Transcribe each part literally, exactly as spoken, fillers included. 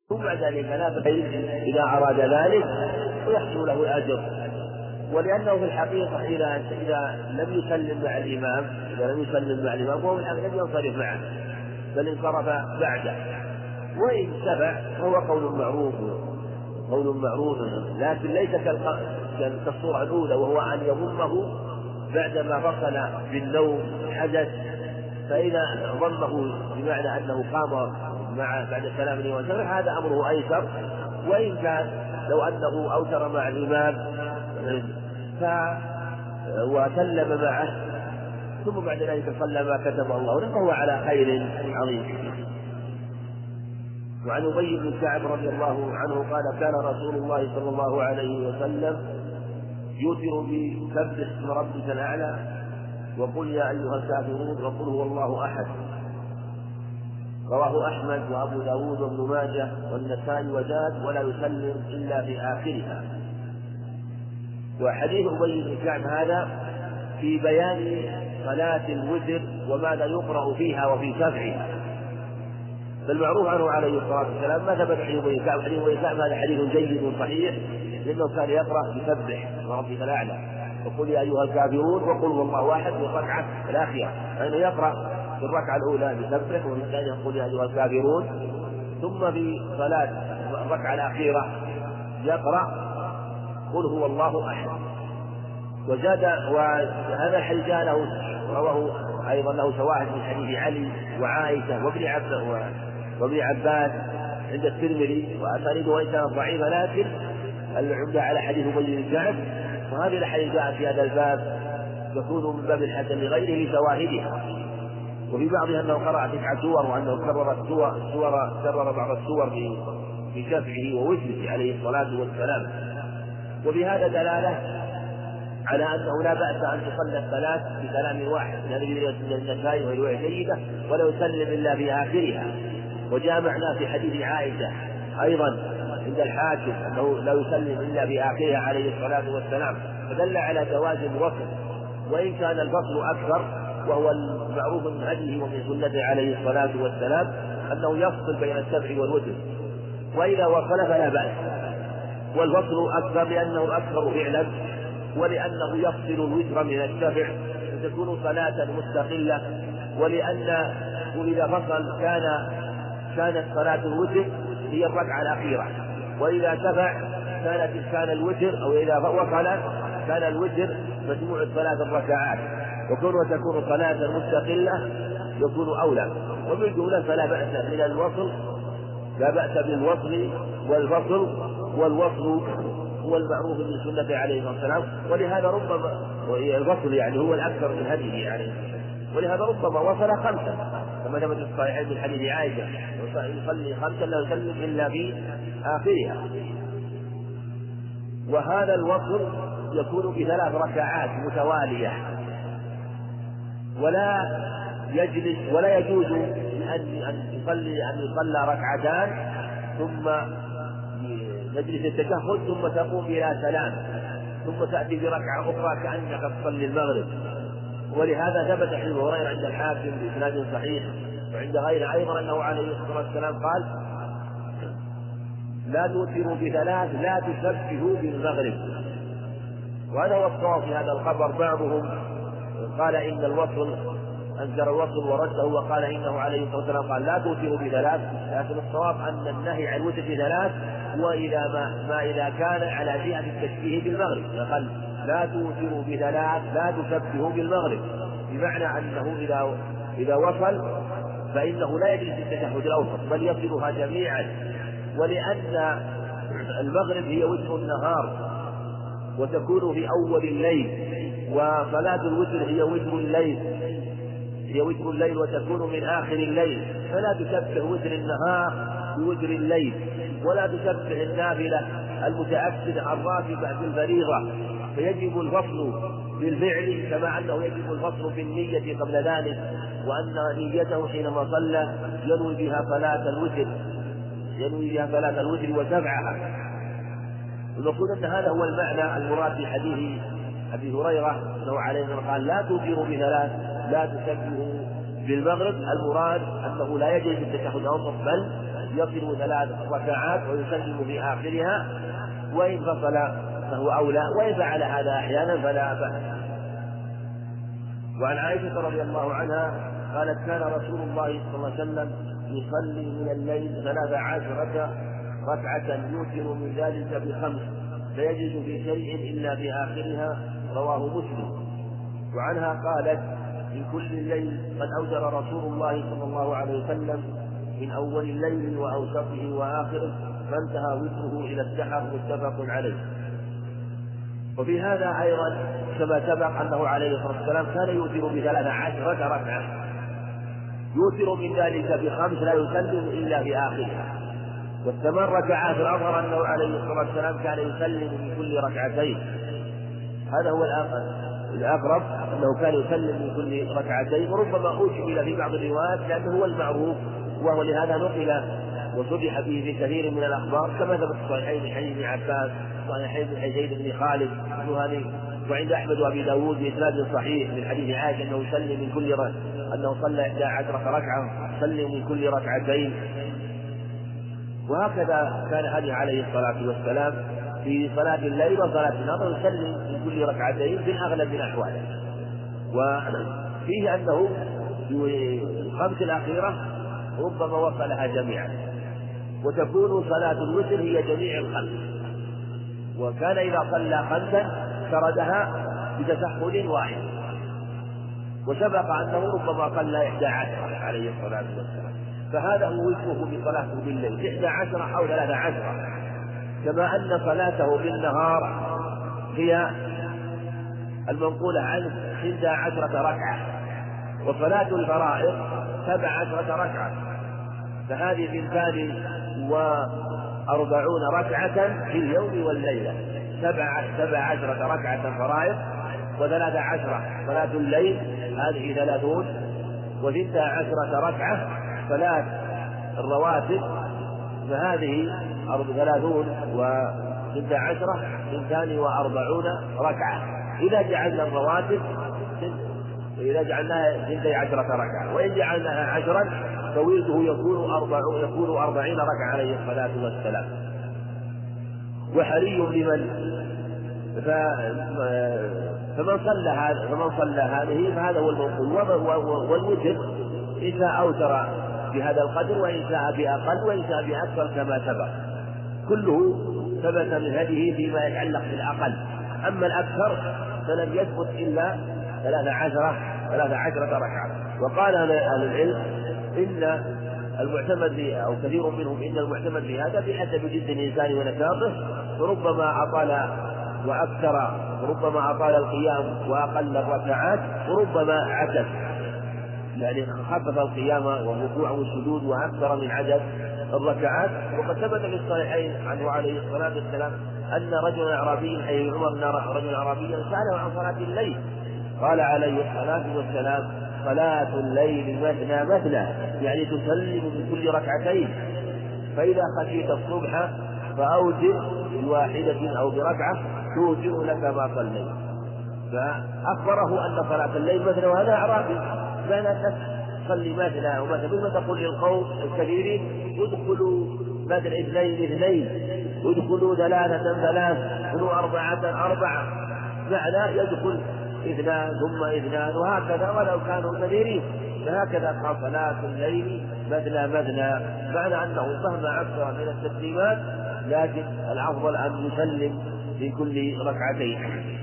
ثم بعد ذلك لا بأس إذا أراد ذلك ويحصل له الأجر. ولأنه في الحقيقة إذا إذا لم يسلم مع الإمام إذا لم يسلم مع الإمام فهو لم ينصرف معه بل انصرف بعده، وإن تبع فهو قول معروف قول معروف لكن ليس كالصورة الأولى وهو أن يضمه بعدما فصل بالنوم حدث، فإذا ضمه بمعنى أنه قام مع بعد سلام الإمام هذا أمره أيسر. وإن كان لو أنه أوتر مع الإمام ف وسلم معه ثم بعد ذلك صلى ما كتب الله له فهو على خير عظيم. وعن أبي بن كعب رضي الله عنه قال كان رسول الله صلى الله عليه وسلم يوتر بسبح اسم ربك الأعلى وقل يا أيها الكافرون وقل هو الله أحد. رواه أحمد وأبو داود وابن ماجه والنسائي وزاد ولا يسلم إلا في آخرها. وحديث أبي بن كعب هذا في بيان صلاة الوتر وماذا يقرأ فيها وفي سبعها. فالمعروف عنه عليه الصلاة والسلام ما ثبت حديث أبي بن كعب. حديث أبي بن كعب هذا حديث جيد صحيح لأنه كان يقرأ بسبح ربك الأعلى وقل يا أيها الكافرون وقل هو الله أحد في الركعة الأخيرة، فإنه يقرأ في الركعة الأولى بسبح وفي الثانية يقول يا أيها الكافرون، ثم في صلاة الركعة الأخيرة يقرأ قل هو الله أحد. وزاد وهذا الحديث له رواه أيضا له شواهد من حديث علي وعائشة وابن عباس وابن عباس عند الترمذي وأسانيده وإن كانت ضعيفة لكن العمدة على حديث أبي بن كعب. وهذه الأحاديث جاءت في هذا الباب تكون من باب الحسن لغيره لشواهدها. وفي بعضها أنه قرأ تسع سور وأنه كرر السور كرر بعض السور في في شفعه ووتره عليه الصلاة والسلام. وبهذا دلالة على أنه لا بأس أن تصلى الصلاة بكلام واحد لأن النسائي وهي رواية جيدة ولا يسلم إلا في آخرها. وجاء معنا في حديث عائشة أيضا عند الحاكم أنه لا يسلم إلا في آخرها عليه الصلاة والسلام، فدل على جواز الوصل وإن كان الفصل أكثر، وهو المعروف من هديه ومن سنته عليه الصلاة والسلام أنه يفصل بين السبع والوتر، وإذا وصل فلا بأس. والفصل أكثر لأنه أكثر فعلا ولأنه يفصل الوتر من السبع فتكون صلاة مستقلة، ولأن إذا فصل كان كانت صلاة الوتر هي الركعة الأخيرة، وإذا تبع كانت كان الوتر أو إذا وصل كان الوتر مجموع ثلاث الركعات، وكونها تكون صلاة مستقلة يكون أولى. وبالجملة فلا بأس من الوصل لا بأس بالوصل والفصل، والوصل هو المعروف من سنته عليه الصلاة والسلام، ولهذا ربما الوصل يعني هو الأكثر من هديه يعني، ولهذا ربما وصل خمسة كما ثبت في الصحيحين من حديث عائشة يصلي خمسا لا يسلم إلا في آخرها. وهذا الوصل يكون بثلاث ركعات متوالية، ولا يجلس ولا يجوز أن أن يصلي أن يصلى ركعتان ثم يجلس التشهد ثم تقوم إلى سلام ثم تأتي بركعة أخرى كأنك تصلي المغرب. ولهذا ثبت حديث هريرة عند الحاكم بإسناد صحيح وعند غيره أيضا أنه عليه الصلاة والسلام قال لا توتروا بثلاث لا تسبحوا بالمغرب. وهذا هو الصواب في هذا الخبر. بعضهم قال إن الوصل أنكر الوصل ورده وقال إنه عليه الصلاة والسلام قال لا توتروا بثلاث، لكن الصواب أن النهي عن الوتر بثلاث وإذا ما, ما إذا كان على جهة التشبيه بالمغرب، فقال لا توتروا بثلاث لا تسبحوا بالمغرب، بمعنى أنه إذا إذا وصل فإنه لا يجلس التشهد الأوسط بل يصلها جميعا. ولأن المغرب هي وتر النهار وتكون في أول الليل، وصلاة الوتر هي وتر الليل هي وتر الليل وتكون من آخر الليل، فلا تشبه وتر النهار بوتر الليل، ولا تشبه النافلة المتأكد الراتبة بالفريضة، فيجب الفصل بالفعل كما أنه يجب الفصل بالنية قبل ذلك، وأن نيته حينما صلى ينوي بها صلاة الوتر ينوي بها صلاة الوتر وسبعها. ونقول أن هذا هو المعنى المراد في حديث أبي هريرة أنه عليه الصلاة والسلام قال لا توتروا بثلاث لا تسبحوا بالمغرب المراد أنه لا يجلس التشهد الأوسط بل يصل ثلاث ركعات ويسلم في آخرها، وإن فصل فهو أولى، وإن فعل هذا أحيانا فلا بأس. وعن عائشة رضي الله عنها قالت كان رسول الله صلى الله عليه وسلم يصلي من الليل ثلاث عشرة ركعة يوتر من ذلك بخمس لا يجد في شيء إلا في آخرها، رواه مسلم. وعنها قالت من كل الليل قد أوتر رسول الله صلى الله عليه وسلم من أول الليل وأوسطه وآخره فانتهى وتره إلى السحر، متفق عليه. وفي هذا أيضا كما سبق أنه عليه الصلاة والسلام كان يوتر بثلاث عشرة ركعة، يوتر من ذلك بخمس لا يسلم إلا في آخرها، والثمان ركعات الأظهر أنه عليه الصلاة والسلام كان يسلم من كل ركعتين. هذا هو الأقرب أنه كان يسلم من كل ركعتين، وربما أجمل في بعض الروايات لأنه هو المعروف، وهو لهذا نقل وصرح به في كثير من الأخبار كما ثبت في الصحيحين من حديث ابن عباس، صحيحين من حديث زيد بن خالد الجهني، وعند أحمد وأبي داود بإسناد صحيح من حديث عائشة أنه يسلم من كل ر... أنه صلى إحدى عشرة ركعة يسلم من كل ركعتين. وهكذا كان هدي عليه الصلاة والسلام في صلاة الليل وصلاة النهار يسلم من كل ركعتين في أغلب الأحوال. وفيه أنه في الخمس الأخيرة ربما وصلها جميعا، وتكون صلاة الوتر هي جميع الخمس، وكان إذا صلى خمسا سردها بتشهد واحد. وسبق أنه ربما صلى إحدى عشرة عليه الصلاة والسلام، فهذا هو وجهه بصلاته بالليل إحدى عشرة أو ثلاثة عشرة، كما أن صلاته بالنهار هي المنقولة عنه إحدى عشرة ركعة، وصلاة الفرائض سبع عشرة ركعة، فهذه اثنتان وأربعون ركعة في اليوم والليلة، سبع سبع عشرة ركعة فرائض وثلاث عشرة صلاة الليل، هذه ثلاثون، وثنتا عشرة ركعة صلاة الرواتب، فهذه ثلاثون وثنتا عشرة اثنتان وأربعون ركعة. إذا جعلنا الرواتب إذا جعلناها اثنتي عشرة ركعة، وإن جعلناها عشرا فويته يكون أربعون يكون أربعين ركعة عليه الصلاة والسلام. وحري لمن فمن صلى هذا فمن صلى هذه فهذا هو المنقول. والوتر إن شاء أوتر بهذا القدر، وإن شاء بأقل، وإن شاء بأكثر كما سبق، كله ثبت من هذه فيما يتعلق بالأقل. أما الأكثر فلم يثبت إلا ثلاث عشرة ثلاث عشرة ركعة. وقال أهل العلم إن المعتمد أو كثير منهم إن المعتمد بهذا بحسب جد الإنسان ونشاطه، فربما أطال وأكثر، وربما أطال القيام وأقل الركعات، وربما عكس، يعني خفف القيام والركوع والسجود وأكثر من عدد الركعات. وقد ثبت في الصحيحين عنه عليه الصلاة والسلام أن رجلا أعرابيا أي عمر بن رجلا أعرابيا سأله عن صلاة الليل، قال عليه الصلاة والسلام صلاة الليل مثنى مثنى، يعني تسلم من كل ركعتين، فإذا خشيت الصبح فأوتر بواحدة أو بركعة توتر لك ما صليت. فأخبره أن صلاة الليل مثنى، وهذا أعرابي لا تصلي مثنى ومثنى، ثم تقول للقوم الكثيرين ادخلوا مثنى اثنين اثنين، ادخلوا ثلاثة ثلاث، ادخلوا أربعة أربعة، معنى يدخل اثنان ثم اثنان، وهكذا ولو كانوا كثيرين. فهكذا قال صلاة الليل مثنى مثنى، معنى أنه فهم أكثر من التسليمات، لكن الأفضل أن يسلم في كل ركعتين.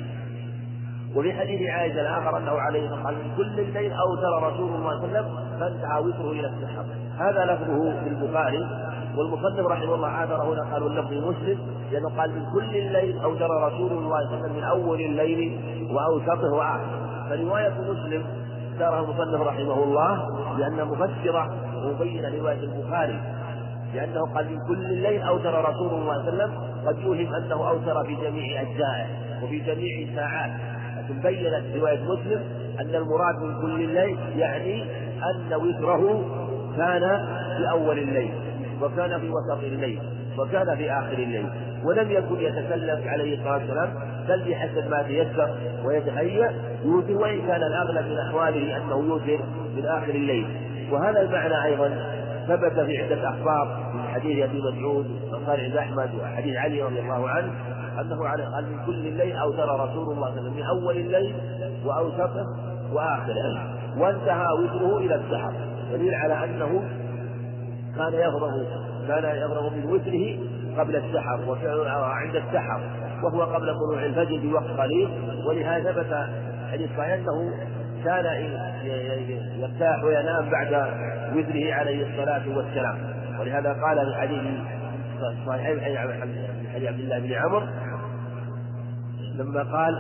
وفي حديث عائشة الآخر أنه عليه الصلاة والسلام من كل الليل أوتر رسول الله صلى الله عليه وسلم فانتهى وتره إلى السحر. هذا لفظه في البخاري، والمصنف رحمه الله عاذر هنا قالوا اللفظ مسلم، لأنه قال من كل الليل أوتر رسول الله صلى الله عليه وسلم من أول الليل وأوسطه وآخره. فرواية مسلم اختارها المصنف رحمه الله لأنها مفسرة ومبينة لرواية البخاري، لأنه قال من كل الليل أوتر رسول الله صلى الله عليه وسلم، قد يوهم أنه أوتر في جميع أجزائه وفي جميع الساعات، لكن بينت رواية مسلم أن المراد من كل الليل يعني أن وتره كان في أول الليل، وكان في وسط الليل، وكان في آخر الليل، ولم يكن يتكلم عليه الصلاة والسلام بل بحسب ما تيسر ويتهيأ يوتر، وإن كان الأغلب من أحواله أنه يوتر من آخر الليل. وهذا المعنى أيضا ثبت في عدة أخبار من حديث أبي مسعود وقال عند أحمد وحديث علي رضي الله عنه أنه قال من كل الليل أوتر رسول الله صلى الله عليه وسلم من أول الليل وأوسطه وآخره، وانتهى وتره إلى السحر، دليل على أنه كان يفرغ كان يفرغ من وتره قبل السحر وعند السحر، وهو قبل طلوع الفجر بوقت قليل. ولهذا ثبت حديث صحيح أنه كان يرتاح وينام بعد وتره عليه الصلاة والسلام. ولهذا قال في حديث صحيح حديث عبد الله بن عمرو لما قال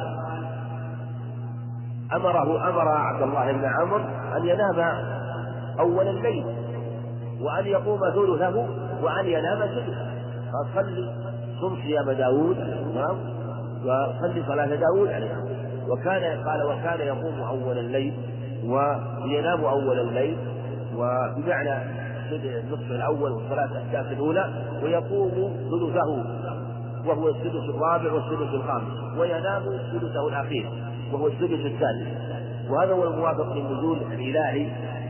أمره أمر عبد الله بن عمرو أن ينام أول الليل وأن يقوم ثلثه وأن ينام ثلثه، فصلي صم صيام داود وصلي صلاة داود عليه. وكان قال وكان يقوم أول الليل وينام أول الليل، وبمعنى النصف الأول والصلاة الأساس الأولى، ويقوم ثلثه وهو السدس الرابع والسدس الخامس، وينام ثلثه الأخير وهو السدس الثالث. وهذا هو الموافق للنزول الإلهي،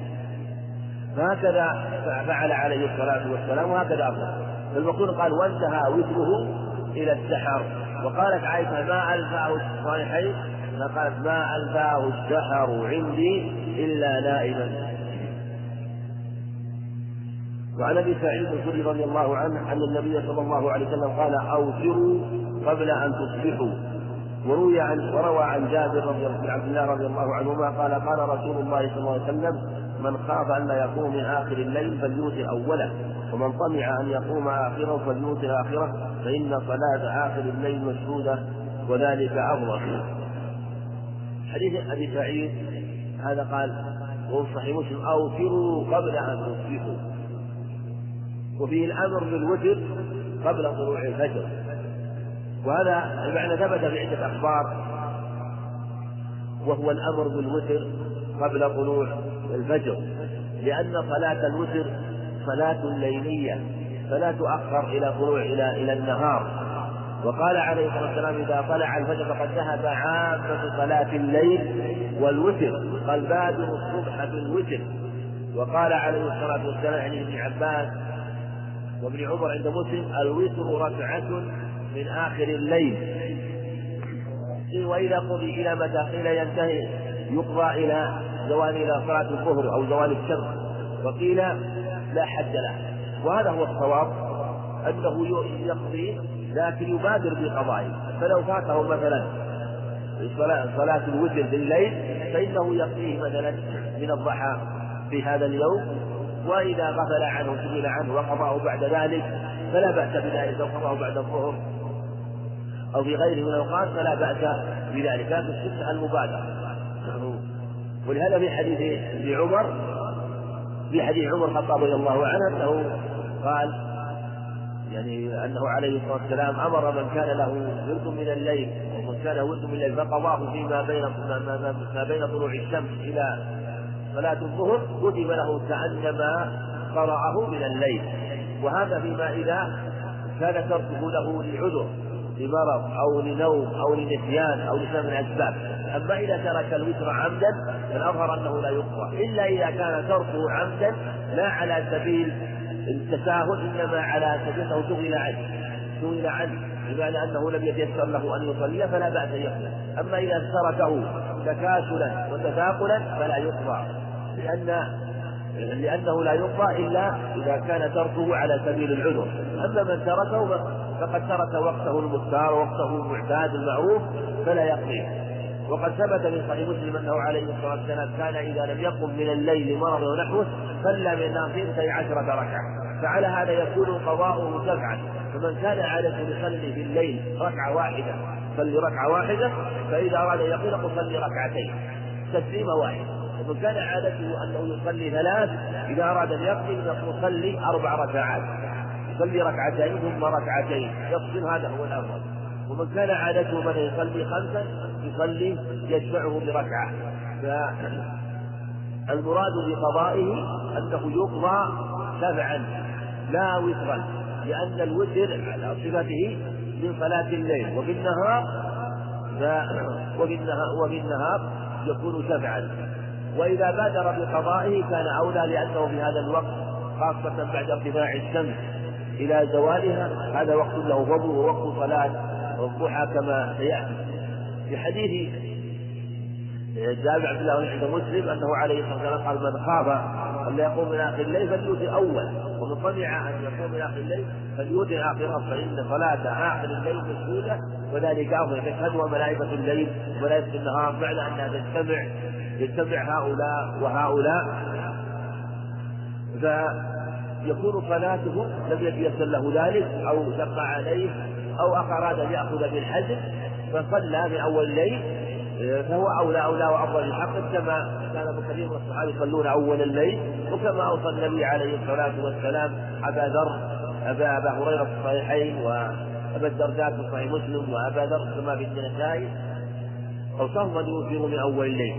فهكذا فعل عليه الصلاة والسلام وهكذا أفضل. فالمقول قال وانتهى وتره إلى السحر. وقالت عائشة ما ألفاه الصالحين فقالت ما ألفاه السحر عندي إلا نائما. وعن ابي سعيد الخدري رضي الله عنه ان النبي صلى الله عليه وسلم قال اوتروا قبل ان تصبحوا. وروي عن وروى عن جابر رضي الله عبد الله رضي الله عنهما قال قال رسول الله صلى الله عليه وسلم من خاف ان لا يقوم من اخر الليل فليوتر اوله، ومن طمع ان يقوم اخره فليوتر اخره، فان صلاه اخر الليل مشهوده وذلك افضل. حديث ابي سعيد هذا قال وهو صحيح مسلم اوتروا قبل ان تصبحوا، وفيه الأمر بالوتر قبل طلوع الفجر. وهذا المعنى ثبت في عدة أخبار، وهو الأمر بالوتر قبل طلوع الفجر، لأن صلاة الوتر صلاة ليلية فلا تؤخر إلى طلوع إلى إلى النهار. وقال عليه الصلاة والسلام إذا طلع الفجر فقد ذهب عامة صلاة الليل والوتر، قال بادر الصبح بالوتر. وقال عليه الصلاة والسلام عن ابن عباس وابن عمر عند مسلم الوتر ركعة من آخر الليل. وإذا قضي إلى متى قيل ينتهي يقضى إلى زوال إلى صلاة الظهر أو زوال الشمس، وقيل لا حد له. وهذا هو الصواب أنه يقضي لكن يبادر بقضائه، فلو فاته مثلا صلاة الوتر بالليل فإنه يقضيه مثلا من الضحى في هذا اليوم، وإذا غفل عنه سئل عنه وقضاه بعد ذلك فلا بأس بذلك، لو قضاه بعد الظهر أو في غيره من الأوقات فلا بأس بذلك، لكن السنة المبادرة. ولهذا في حديث ابن عمر في حديث عمر الخطاب رضي الله عنه أنه قال يعني أنه عليه الصلاة والسلام أمر من كان له ورد من الليل ومن كان له ورد من الليل فقضاه فيما بين ما بين طلوع الشمس إلى صلاة الظهر كتب له كأنما قرأه من الليل. وهذا فيما إذا كان تركه له لعذر لمرض أو لنوم أو لنسيان أو لسبب من الأسباب. أما إذا ترك الوتر عمدا فالأظهر أنه لا يقضى، إلا إذا كان تركه عمدا لا على سبيل التساهل إنما على سبيل أنه شغل عنه شغل عنه بمعنى أنه لم يتيسر له أن يصلي فلا بأس يقضي. أما إذا تركه تكاسلا وتثاقلا فلا يقضى، لأن لأنه لا يقضى إلا إذا كان تركه على سبيل العذر. أما من تركه فقد ترك وقته المختار ووقته المعتاد المعروف فلا يقضي. وقد ثبت من صحيح مسلم أنه عليه الصلاة والسلام كان إذا لم يقم من الليل مرض ونحوه صلى من ناصين اثنتي عشرة ركعة، فعلى هذا يكون قضاؤه دفعا. فمن كان عادة يصلي في الليل ركعة واحدة صلي ركعة واحدة، فإذا أراد يقول صلي ركعتين تسليمة واحدة. ومن كان عادته أنه يصلي ثلاث إذا أراد أن يقضي يصلي أربع ركعات يصلي ركعتين ثم ركعتين يفصل، هذا هو الأفضل. ومن كان عادته من يصلي خمسا يصلي يجمعه بركعة. فالمراد بقضائه أنه يقضى تبعا لا وترا، لأن الوتر على صفته من صلاة الليل، وفي النهار وفي النهار, وفي النهار يكون سبعا. وإذا بادر بقضائه كان أولى، لأنه في هذا الوقت خاصة بعد ارتفاع الشمس إلى زوالها هذا وقت له فضل ووقت صلاة الضحى كما سيأتي في حديث جابر عبد الله عند مسلم أنه عليه الصلاة والسلام قال: من خاف أن يقوم من آخر الليل فليوتر أول، ومن طمع أن يقوم من آخر الليل فليوتر آخره، فإن صلاة آخر الليل مسؤولة وذلك أفضل. تشهدها ملائكة الليل وملائكة النهار، بعد أنها تجتمع يجتمع هؤلاء وهؤلاء، فيكون صلاته لم يتيسر له ذلك أو شق عليه أو أراد أن يأخذ بالحزم فصلى من أول الليل، فهو أولى أولى وأفضل الحق، كما كان ابن كثير والصحابة يصلون أول الليل، وكما أوصى النبي عليه الصلاة والسلام أبا ذر أبا أبا هريرة في الصحيحين، وأبا الدرداء في صحيح مسلم، وأبا ذر كما في النسائي أوصاهم أن يوتروا من أول الليل.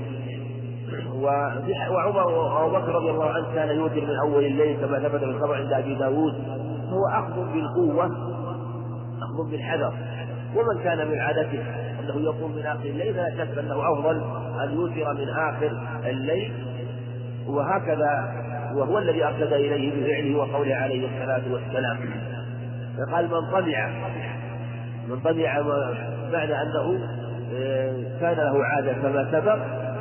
وعمر وأبو بكر رضي الله عنه كان يوتر من أول الليل كما ثبت في الخبر عند أبي داود، هو أخذ بالقوة أخذ بالحذر. ومن كان من عادته أنه يقوم من آخر الليل فلا شك أنه أفضل أن يوتر من آخر الليل، وهكذا وهو الذي أرشد إليه بفعله وقوله عليه الصلاة والسلام. فقال: من طمع من طمع معنى أنه كان له عادة كما سبق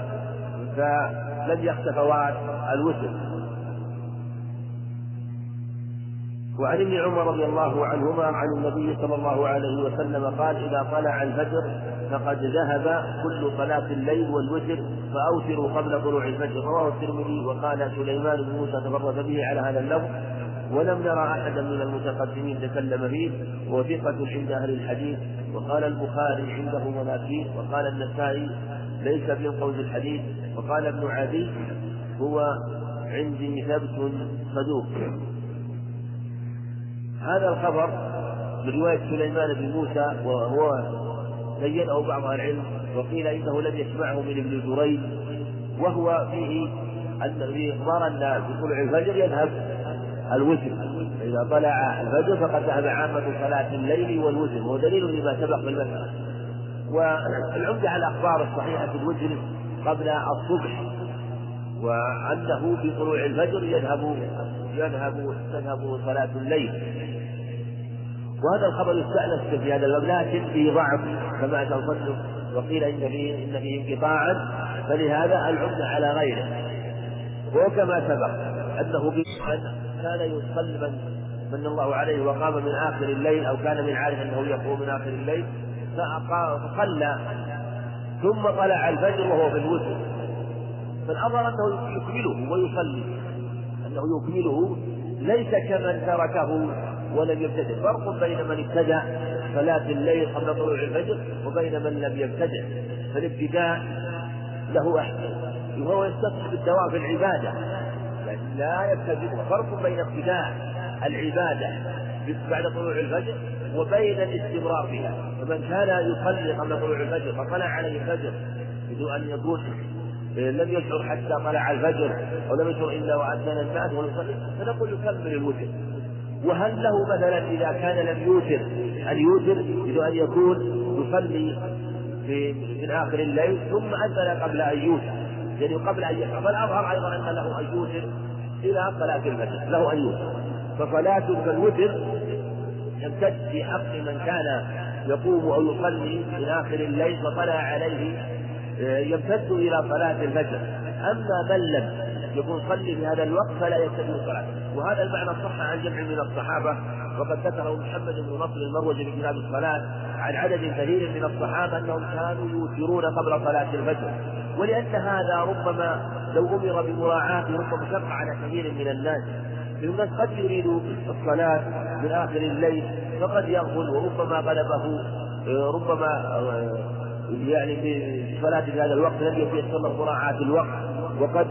فلم يخش فوات الوتر. وعن ابن عمر رضي الله عنهما عن النبي صلى الله عليه وسلم قال: إذا طلع الفجر فقد ذهب كل صلاة الليل والوتر فأوتروا قبل طلوع الفجر. رواه الترمذي. وقال سليمان بن موسى تفرد به على هذا اللفظ، ولم نرى أحدا من المتقدمين تكلم فيه، وثقة عند أهل الحديث. وقال البخاري عنده مناكير، وقال النسائي ليس من قول الحديث، وقال ابن عدي هو عندي ثبت صدوق. هذا الخبر من رواية سليمان بن موسى، وهو بينه بعض العلم، وقيل إنه لم يسمعه من ابن جريج، وهو فيه أن في إخبار أن بطلوع الفجر يذهب الوتر، إذا طلع الفجر فقد ذهب عامة صلاة الليل والوتر، وهو دليل لما سبق في المسألة. والعمدة على الأخبار الصحيحة في الوتر قبل الصبح، وأنه في طلوع الفجر يذهب يذهب تذهب صلاة الليل. وهذا الخبر يستأنس في هذا الباب، لكن فيه ضعف كما أتى الفصل، وقيل إن فيه إن فيه انقطاعا، فلهذا العمدة على غيره. وكما سبق أنه كان يصلي من من الله عليه وقام من آخر الليل، أو كان من عارف أنه يقوم من آخر الليل فصلى ثم طلع الفجر وهو في الوتر، فالأمر أنه يكمله ويصلي، أنه يكمله، ليس كمن تركه ولم يبتدئ. فرق بين من ابتدأ صلاة الليل قبل طلوع الفجر وبين من لم يبتدئ، فالابتداء له أحسن، وهو يستطيع بالدوام في العبادة لكن لا يبتدئ. فرق بين ابتداء العبادة بعد طلوع الفجر وبين الاستمرار فيها. فمن كان يصلي قبل طلوع الفجر فطلع عليه الفجر بدون أن يكون لم يشعر حتى طلع الفجر، أو لم يشعر إلا وأذن الناس ويصلي، فنقول يكمل الوتر. وهل له مثلا إذا كان لم يوتر أن يوتر بدون أن يكون يصلي في من آخر الليل ثم أذن قبل أن يوتر، يعني قبل أن يفعل؟ فالأظهر أيضا أن له أن يوتر إلى صلاة الفجر، له أن يوتر. فصلاة الوتر يمتد في حق من كان يقوم أو يصلي من آخر الليل فطلع عليه يمتد إلى صلاة الفجر. أما من لم يكون صلي في هذا الوقت فلا يمتد الصلاة. وهذا المعنى صح عن جمع من الصحابة، وقد ذكره محمد بن نصر المروزي في كتاب الصلاة عن عدد كثير من الصحابة أنهم كانوا يوترون قبل صلاة الفجر. ولأن هذا ربما لو أمر بمراعاة ربما شق على كثير من الناس، الناس قد يريد الصلاة من آخر الليل فقد يغفل، وربما غلبه ربما يعني في صلاة هذا الوقت لم يتيسر له مراعاة الوقت، وقد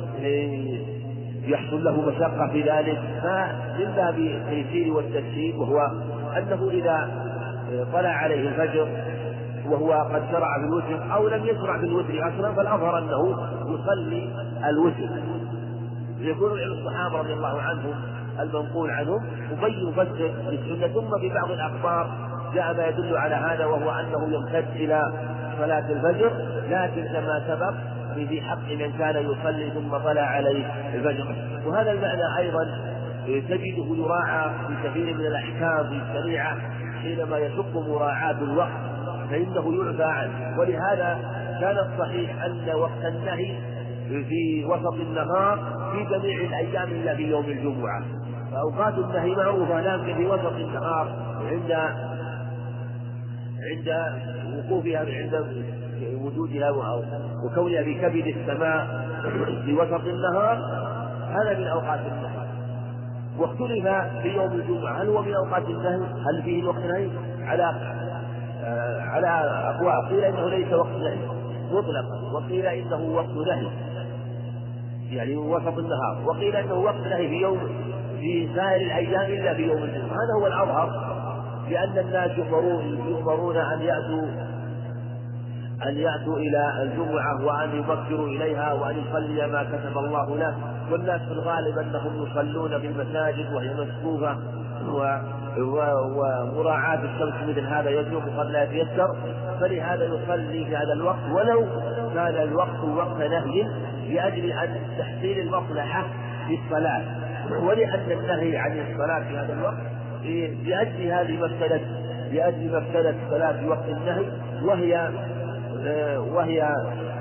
يحصل له مشقة في ذلك. فمن باب التيسير والتسهيل، وهو أنه إذا طلع عليه الفجر وهو قد شرع في الوتر أو لم يشرع في الوتر أصلا، فالأظهر أنه يصلي الوتر. يقول الصحابة رضي الله عنهم المنقول عنهم مبين مفسر للسنة. ثم في بعض الأخبار جاء ما يدل على هذا، وهو أنه يمتد إلى صلاة الفجر، لكن كما سبق في حق من كان يصلي ثم طلع عليه الفجر. وهذا المعنى أيضا تجده يراعى في كثير من الأحكام في الشريعة حينما يشق مراعاة الوقت فإنه يعفى عنه. ولهذا كان الصحيح أن وقت النهي في وسط النهار في جميع الأيام إلا في يوم الجمعة، فأوقات النهي معروفة، لكن في وسط النهار عند عند وقوفها عند وجودها وكونها في كبد السماء في وسط النهار، هذا من أوقات النهي. واختلف في يوم الجمعة هل هو من أوقات النهي، هل فيه وقت نهي؟ على آه على أقوال، قيل إنه ليس وقت نهي مطلقا، وقيل إنه وقت نهي يعني وسط النهار، وقيل إنه وقت نهي في يوم في سائر الأيام إلا في يوم الجمعة. هذا هو الأظهر، لأن الناس يؤمرون يؤمرون أن يأتوا أن يأتوا إلى الجمعة وأن يبكروا إليها وأن يصلي ما كتب الله له، والناس في الغالب أنهم يصلون في المساجد وهي مسكوفة، ومراعاة الشمس مثل هذا يجب قد لا يتيسر، فلهذا يصلي في هذا الوقت ولو كان الوقت وقت نهي لأجل أن تحصيل المصلحة في الصلاة، ولأن النهي عن الصلاة في هذا الوقت لأجل هذه مسألة لأجل مسألة الصلاة في وقت النهي، وهي وهي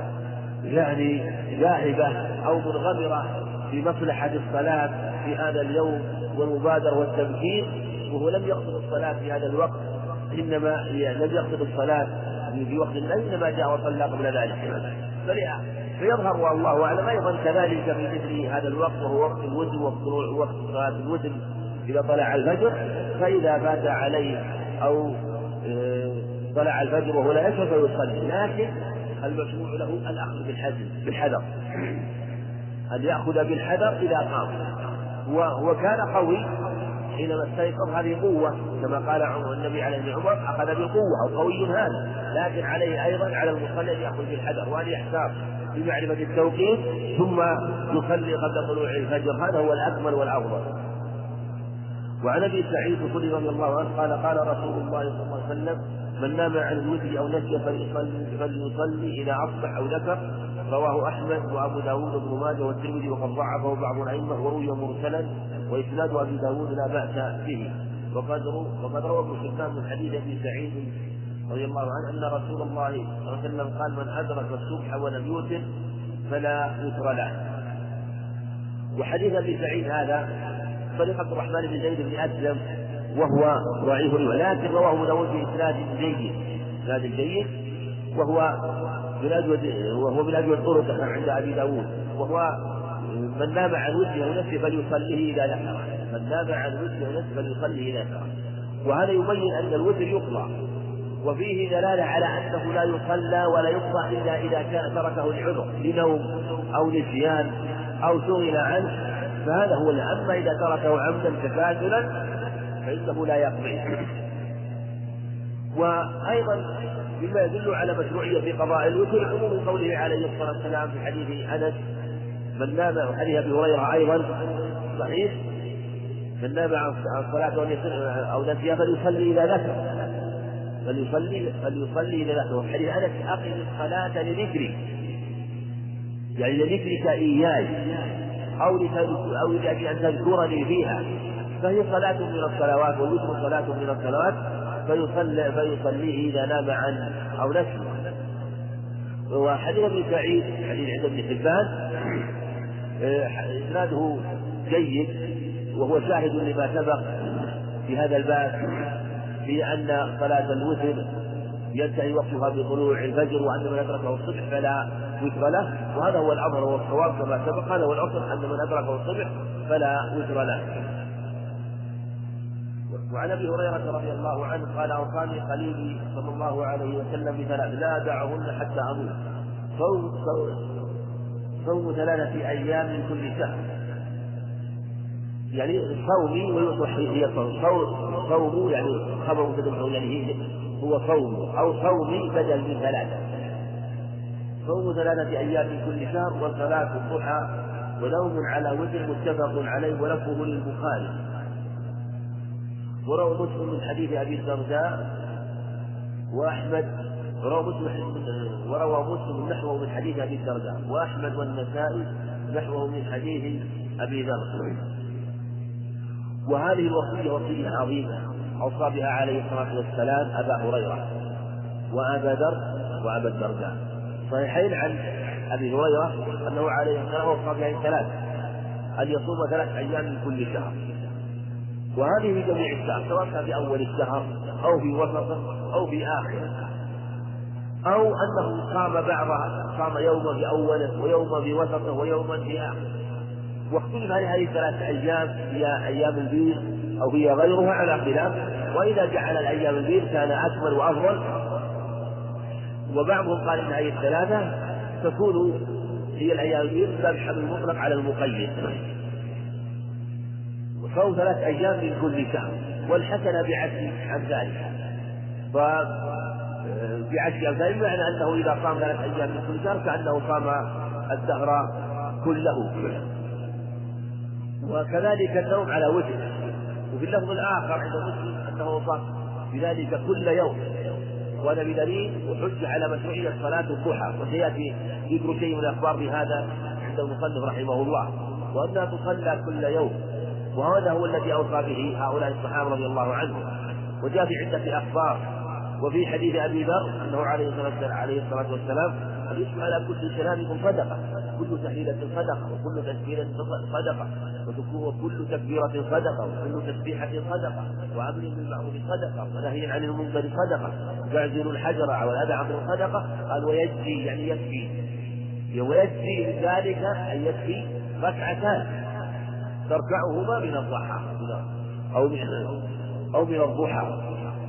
يعني ذاهبة أو منغمرة في مصلحة الصلاة في هذا اليوم والمبادرة والتبكير، وهو لم يقصد الصلاة في هذا الوقت، إنما لم يقصد الصلاة في وقت النهي، إنما جاء وصلى قبل ذلك. فيظهر والله أعلم أيضا كذلك في مثل هذا الوقت وهو وقت الوتر ووقت صلاة الوتر إذا طلع الفجر، فإذا فات عليه أو طلع الفجر وهو لا يشعر فيصلي، لكن المشروع له الأخذ بالحذر أن يأخذ بالحذر إذا قام، وكان قوي حينما استيقظ، هذه قوة كما قال النبي عليه عمر أخذ بالقوة أو قوي هذا، لكن عليه أيضا على المصلي أن يأخذ بالحذر وأن يحتاط بمعرفة التوقيت ثم يصلي قبل طلوع الفجر، هذا هو الأكمل والأفضل. وعن ابي سعيد الخدري رضي الله عنه قال قال رسول الله صلى الله عليه وسلم من نام عن الوتر او نسي فليصلي, فليصلي اذا اصبح او ذكر، رواه احمد وابو داود وابن ماجه والترمذي وقد ضعفه بعض الائمه وروي مرسلا واسناد ابي داود لا باس به. وقد وقد روى ابن حبان من حديث ابي سعيد رضي الله عنه ان رسول الله صلى الله عليه وسلم قال من ادرك الصبح ولم يوتر فلا وتر له. وحديث ابي سعيد هذا طريق عبد الرحمن بن زيد بن أسلم وهو ضعيف، ولكن رواه أبو داود بإسناد جيد إسناد جيد وهو من أجود وهو من أجود طرق عند أبي داود، وهو من نام عن وتره أو نسيه فليصليه إذا ذكر، من نام عن وتره أو نسيه فليصليه إذا ذكر. وهذا يبين أن الوتر يقضى، وفيه دلالة على أنه لا يصلى ولا يقضى إلا إذا كان تركه العذر لنوم أو نسيان أو شغل عنه، فهذا هو. أما إذا تركه عمدا تكاسلا فإنه لا يقضي. وأيضا مما يدل على مشروعية في قضاء الوتر عموم قوله عليه الصلاة والسلام في حديث أنس من نام، وحديث أبي هريرة أيضا صحيح، من نام عن الصلاة أو نسيها فليصلي إذا ذكر فليصلي فليصلي إذا ذكر. حديث أنس أقم الصلاة لذكري، يعني لذكرك إياي أو أو لأجل أن تذكرني فيها، فهي صلاة من الصلوات والوتر صلاة من الصلوات، فيصلي فيصليه إذا نام عن أو نسي. وحديث ابن سعيد حديث عند ابن حبان إسناده جيد، وهو شاهد لما سبق في هذا الباب في أن صلاة الوتر ينتهي وقتها بطلوع الفجر، وأن من أدركه الصبح فلا وتر له، وهذا هو الأمر والصواب كما سبق، هذا هو الأصل أن من أدركه الصبح فلا وتر له. وعن أبي هريرة رضي الله عنه قال أوصاني خليلي صلى الله عليه وسلم بثلاث لا أدعهن حتى أموت، صوم صوم ثلاثة أيام من كل شهر، يعني صومي ويصبح هي صوم صوم يعني خبر متدفع يعني هو صوم أو صومي بدل من ثلاثة، صوم ثلاثة أيام من كل شهر وصلاة الضحى ونوم على وتر متفق عليه ولفظه للبخاري. وروى مسلم من حديث أبي الدرداء وأحمد وروى مسلم وروى مسلم نحوه من حديث أبي الدرداء وأحمد والنسائي نحوه من حديث أبي ذر. وهذه الوصية وصية عظيمة أوصى بها عليه الصلاة والسلام أبا هريرة وأبا ذر وأبا الدرداء. صحيحين عن أبي هريرة أنه عليه الصلاة والسلام أوصى بها ثلاث: أن يصوم ثلاث أيام من كل شهر، وهذه في جميع الشهر سواء كان في أول الشهر أو في وسطه أو في آخره، أو أنه صام بعضها، صام يوما في أوله ويوما في وسطه ويوما في آخره. واختلف هل هذه الثلاث أيام هي أيام البيض أو هي غيرها على خلاف، وإذا جعل الأيام البيض كان أكمل وأفضل. وبعضهم قال إن هذه الثلاثة تكون هي الأيام البيض ذبح المطلق على المقيد، وصوم ثلاث أيام من كل شهر، والحسن بعشر عن ذلك. فبعشر أمثال معنى أنه إذا صام ثلاث أيام من كل شهر كأنه صام الدهر كله. وكذلك النوم على وجه. وفي اللفظ الآخر عند مسلم أنه صام بذلك كل يوم، وأنا بدليل وحج على مشروعية صلاة الضحى، وسيأتي ذكر شيء من الأخبار بهذا عند المصنف رحمه الله، وأنها تصلى كل يوم، وهذا هو الذي أوصى به هؤلاء الصحابة رضي الله عنهم. وجاء في عدة أخبار، وفي حديث أبي ذر أنه عليه الصلاة والسلام يشفع على كل كلامكم صدقة، كل تحليلة صدقة، وكل تكبيرة صدقة، وكل تكبيرة صدقة، وكل تسبيحة صدقة، وأمر بالمعروف صدقة، ونهي عن المنكر صدقة، ويعزل الحجر على الأذى عن صدقة. قال ويجزي يعني يكفي، ويجزي ذلك أن يكفي ركعتان تركعهما من الضحى أو من أو من الضحى.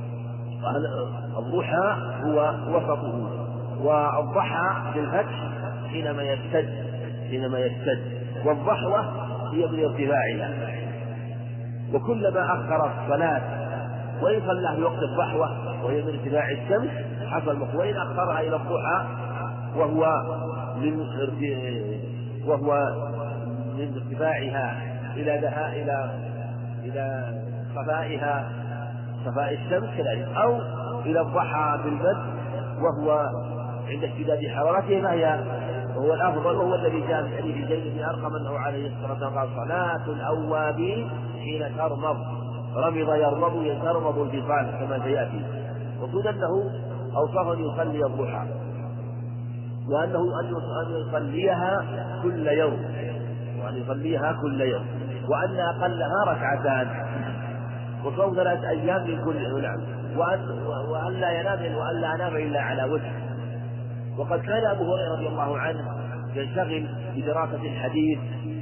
الضحى هو وسطه، والضحى بالفتح حينما يشتد حينما يشتد والضحوة هي من ارتفاعها. وكلما أخر الصلاة وإن صلى في وقت الضحوة وهي من ارتفاع الشمس حصل مخ، وإن أخرها إلى الضحى وهو من وهو من ارتفاعها إلى دها إلى إلى صفائها صفاء الشمس كذلك، أو إلى الضحى بالمد وهو عند اشتداد حرارته، فهي وهو الأفضل، وهو الذي جاء في حديث زيد بن أرقم أنه عليه الصلاة والسلام قال صلاة الأوابين حين ترمض، رمض يرمض يترمض الفصال كما سيأتي. وقل أنه أوصاه أن يصلي الضحى، وأنه أن يصليها كل يوم وأن يصليها كل يوم وأن أقلها ركعتان، وصوم ثلاث أيام من كل نعم، وأن لا ينام وأن لا ينام إلا على وجه. وقد كان أبو هريرة رضي الله عنه ينشغل بدراسة الحديث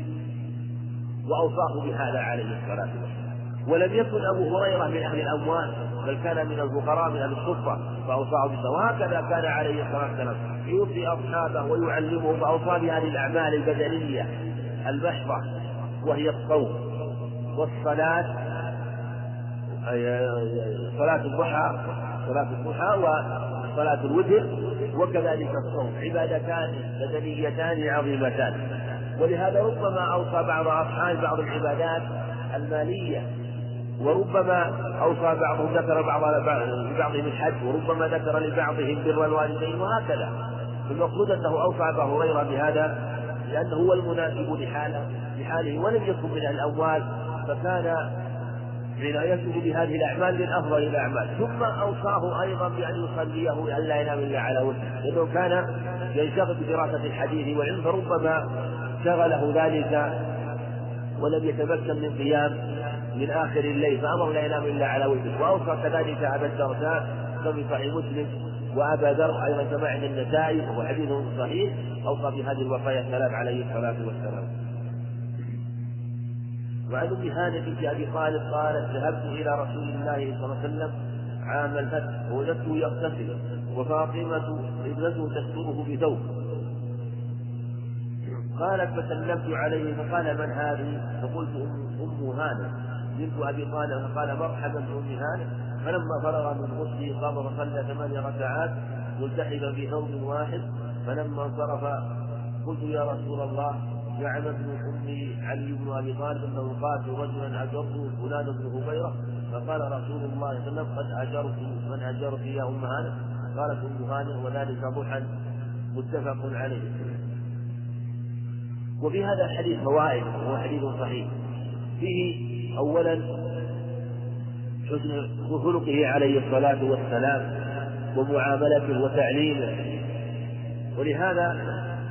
وأوصاه بهذا عليه الصلاة والسلام. ولم يكن أبو هريرة من أهل الأموال، بل كان من الفقراء من أهل الصفة فأوصاه بها. وهكذا كان عليه الصلاة والسلام يوصي أصحابه ويعلمهم، فأوصى بهذه الأعمال البدنية المحضة وهي الصوم والصلاة، صلاة الضحى صلاة الضحى وصلاة الوتر، وكذلك الصوم، عبادتان بدنيتان عظيمتان. ولهذا ربما أوصى بعض أصحاب بعض العبادات المالية، وربما أوصى بعضهم ذكر بعض لبعضهم الحج، وربما ذكر لبعضهم بر الوالدين، وهكذا. المقصود أنه أوصى أبا هريرة بهذا لأنه هو المناسب لحاله, لحاله ولم يكن من الأموال، فكان عنايته بهذه الأعمال من أفضل الأعمال. ثم أوصاه أيضا بأن يصليه أن لا ينام إلا على وجهه، لأنه كان ينشغل بدراسة الحديث والعلم، فربما شغله ذلك ولم يتمكن من قيام من آخر الليل، فأمر لا ينام إلا على وجهه. وأوصى كذلك أبا الدرداء كما في صحيح مسلم، وأبا ذر أيضا كما عند النسائي وهو حديث صحيح، أوصى بهذه الوصايا الثلاث عليه الصلاة والسلام. وعن ام هانئ بنت ابي طالب قالت ذهبت الى رسول الله صلى الله عليه وسلم عام الفتح ووجدته يغتسل وفاطمه ابنته تستره بثوب، قالت فسلمت عليه فقال من هذه؟ فقلت ام هانئ بنت ابي طالب، فقال مرحبا بام هانئ. فلما فرغ من غسله قام فصلى ثمان ركعات ملتحفا في ثوب واحد. فلما انصرف قلت يا رسول الله زعم ابن أم علي بن أبي طالب أنه قاتل رجلا أجرته فلان بن هبيرة، فقال رسول الله صلى الله عليه وسلم قد أجرت من أجرت يا أم هانئ؟ قالت أم هانئ وذلك ضحى، متفق عليه. وفي هذا الحديث فوائد، وهو حديث صحيح. فيه أولا حسن خلقه عليه الصلاة والسلام ومعاملته وتعليمه، ولهذا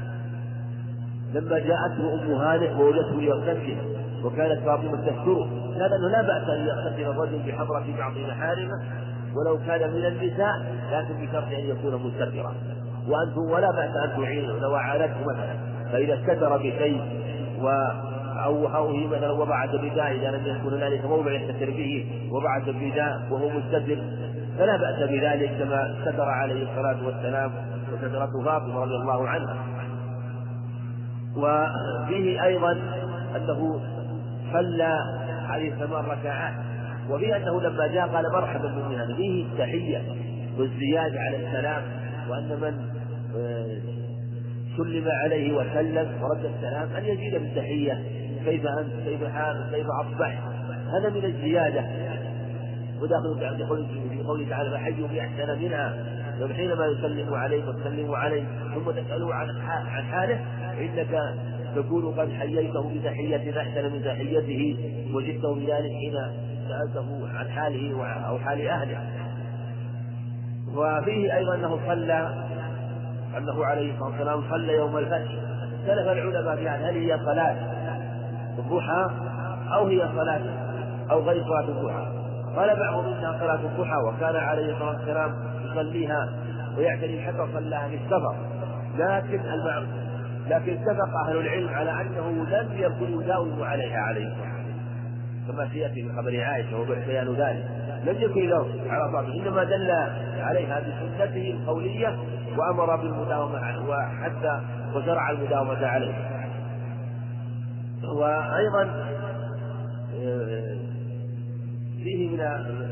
لما جاءته أم هانئ ووجدته يغتسل وكانت فاطمة تستره، كان أنه لا بأس أن يغتسل الرجل بحضرة بعض محارمه ولو كان من النساء، لكن بشرط أن يكون مستترا، وأنتم ولا بأس أن تعينوا لو أعانته مثلا، فإذا استتر بشيء أو هي مثلا وضعت الرداء إذا لم يكن هنالك موضع يستتر به وضعت الرداء وهو مستتر فلا بأس بذلك، كما ستر عليه الصلاة والسلام وسترته فاطمة رضي الله عنها. وفيه أيضا أنه صلى عليه ثمان ركعات، وفيه أنه لما جاء قال مرحبا بمن هذا، فيه التحية والزيادة على السلام، وأن من سلم عليه وسلم ورد السلام أن يزيد بالتحية، كيف أنت، كيف حالك، كيف أصبحت، هذا من الزيادة. وداخل في قوله تعالى فحيوا بأحسن منها، حينما يسلم عليك وتسلم عليه ثم تسأله عن حاله إنك تكون قد حييته بتحية أحسن من تحيته وجدته بذلك حين سألته عن حاله أو حال أهله. وفيه أيضا أنه صلى أنه عليه الصلاة والسلام صلى يوم الفتح. اختلف العلماء في هل هي صلاة الضحى أو هي صلاة أو غير صلاة الضحى. قال بعضهم إنها صلاة الضحى، وكان عليه الصلاة والسلام يصليها ويعتني حتى صلاها في السفر، لكن المعروف لكن اتفق أهل العلم على أنه لم يكن يداوم عليها عليه الصلاة والسلام، كما سيأتي في خبر عائشة وبيان ذلك، لم يكن يداوم على صلاته، إنما دل عليها بسنته القولية وأمر بالمداومة وحتى وشرع المداومة عليه. وأيضا فيه من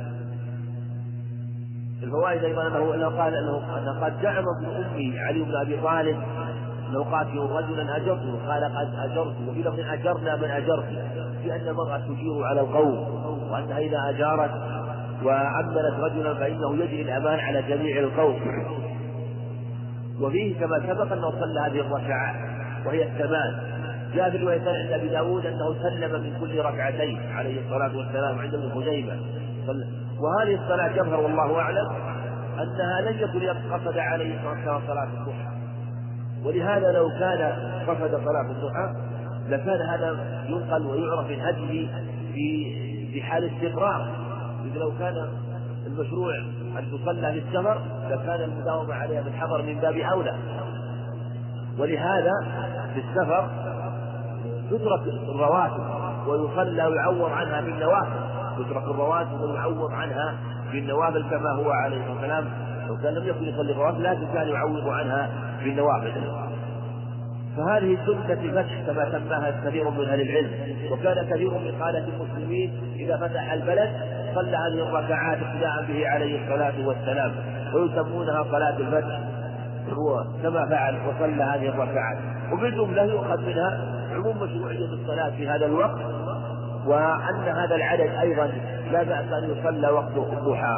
الفوائد أيضا أنه قال أنه قد زعم ابن أمي علي بن أبي طالب أنه قاتل رجلا أجرته، قال قد أجرته، وفي لفظ أجرنا من أجرت، لأن المرأة تجير على القوم، وأنها إذا أجارت وأمنت رجلا فإنه يجري الأمان على جميع القوم. وفيه كما سبق أنه صلى هذه الركعات وهي الثمان. جاء في الرواية عند أبي داود أنه سلم من كل ركعتين عليه الصلاة والسلام عند ابن خزيمة. وهذه الصلاة يظهر والله أعلم أنها لن يكن قصد عليه الصلاة والسلام صلاة الضحى، ولهذا لو كان قصد صلاة الضحى لكان هذا ينقل ويعرف من هديه في في حال استقرار، إذ لو كان المشروع أن تصلى في السفر لكان المداومة عليها بالحضر من باب أولى. ولهذا في السفر تترك الرواتب ويصلى ويعوض عنها بالنوافل، تترك الرواتب ويعوض عنها بالنوافل كما هو عليه الصلاة والسلام لو كان لم يكن يصلي الرواتب لكن كان يعوض عنها بالنوافل. فهذه سنة فتح كما سماها كثير من أهل العلم، وكان كثير من قادة المسلمين إذا فتح البلد صلى هذه الركعات ابتداء به عليه الصلاة والسلام، ويسمونها صلاة الفتح، هو كما فعل وصلى هذه الركعات. وبالجملة يؤخذ منها عموم مشروعية الصلاة في هذا الوقت، وأن هذا العدد أيضا لا بأس أن يصلى وقت الضحى.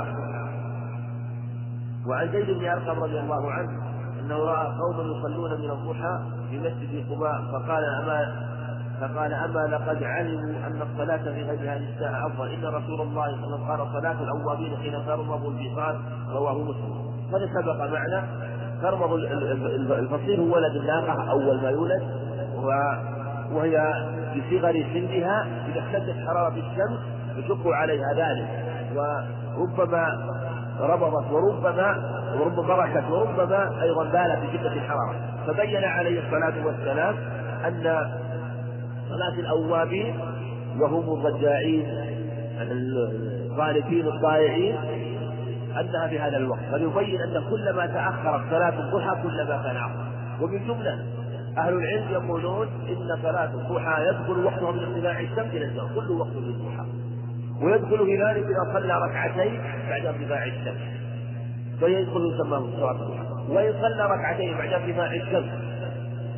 وعن زيد بن أرقم رضي الله عنه أنه رأى قوما يصلون من الضحى في مسجد قباء فقال أما فقال أما لقد علموا أن الصلاة في هذه الساعة أفضل، إن رسول الله صلى الله عليه وسلم قال صلاة الأوابين حين ترمض البصار، رواه مسلم. قد سبق معنا ترمض الفصيل هو ولد الناقة أول ما يولد، وهي بصغر سنها إذا اشتدت حرارة الشمس يشق عليها ذلك، وربما ربضت وربما وربما بركت وربما أيضا بالت بشدة الحرارة. فبين عليه الصلاة والسلام أن صلاة الأوابين وهم الرجاعين الخالفين الطائعين أنها في هذا الوقت، فليبين أن كلما تأخرت صلاة الضحى كلما كان أفضل. ومن جملة أهل العلم يقولون إن صلاة الضحى يدخل وقتها من ارتفاع الشمس إلى الزوال، كل وقت للضحى، ويدخل في ذلك إذا صلى ركعتين بعد ارتفاع الشمس فيدخل يسمى صلاة الضحى، وإن صلى ركعتين بعد ارتفاع الشمس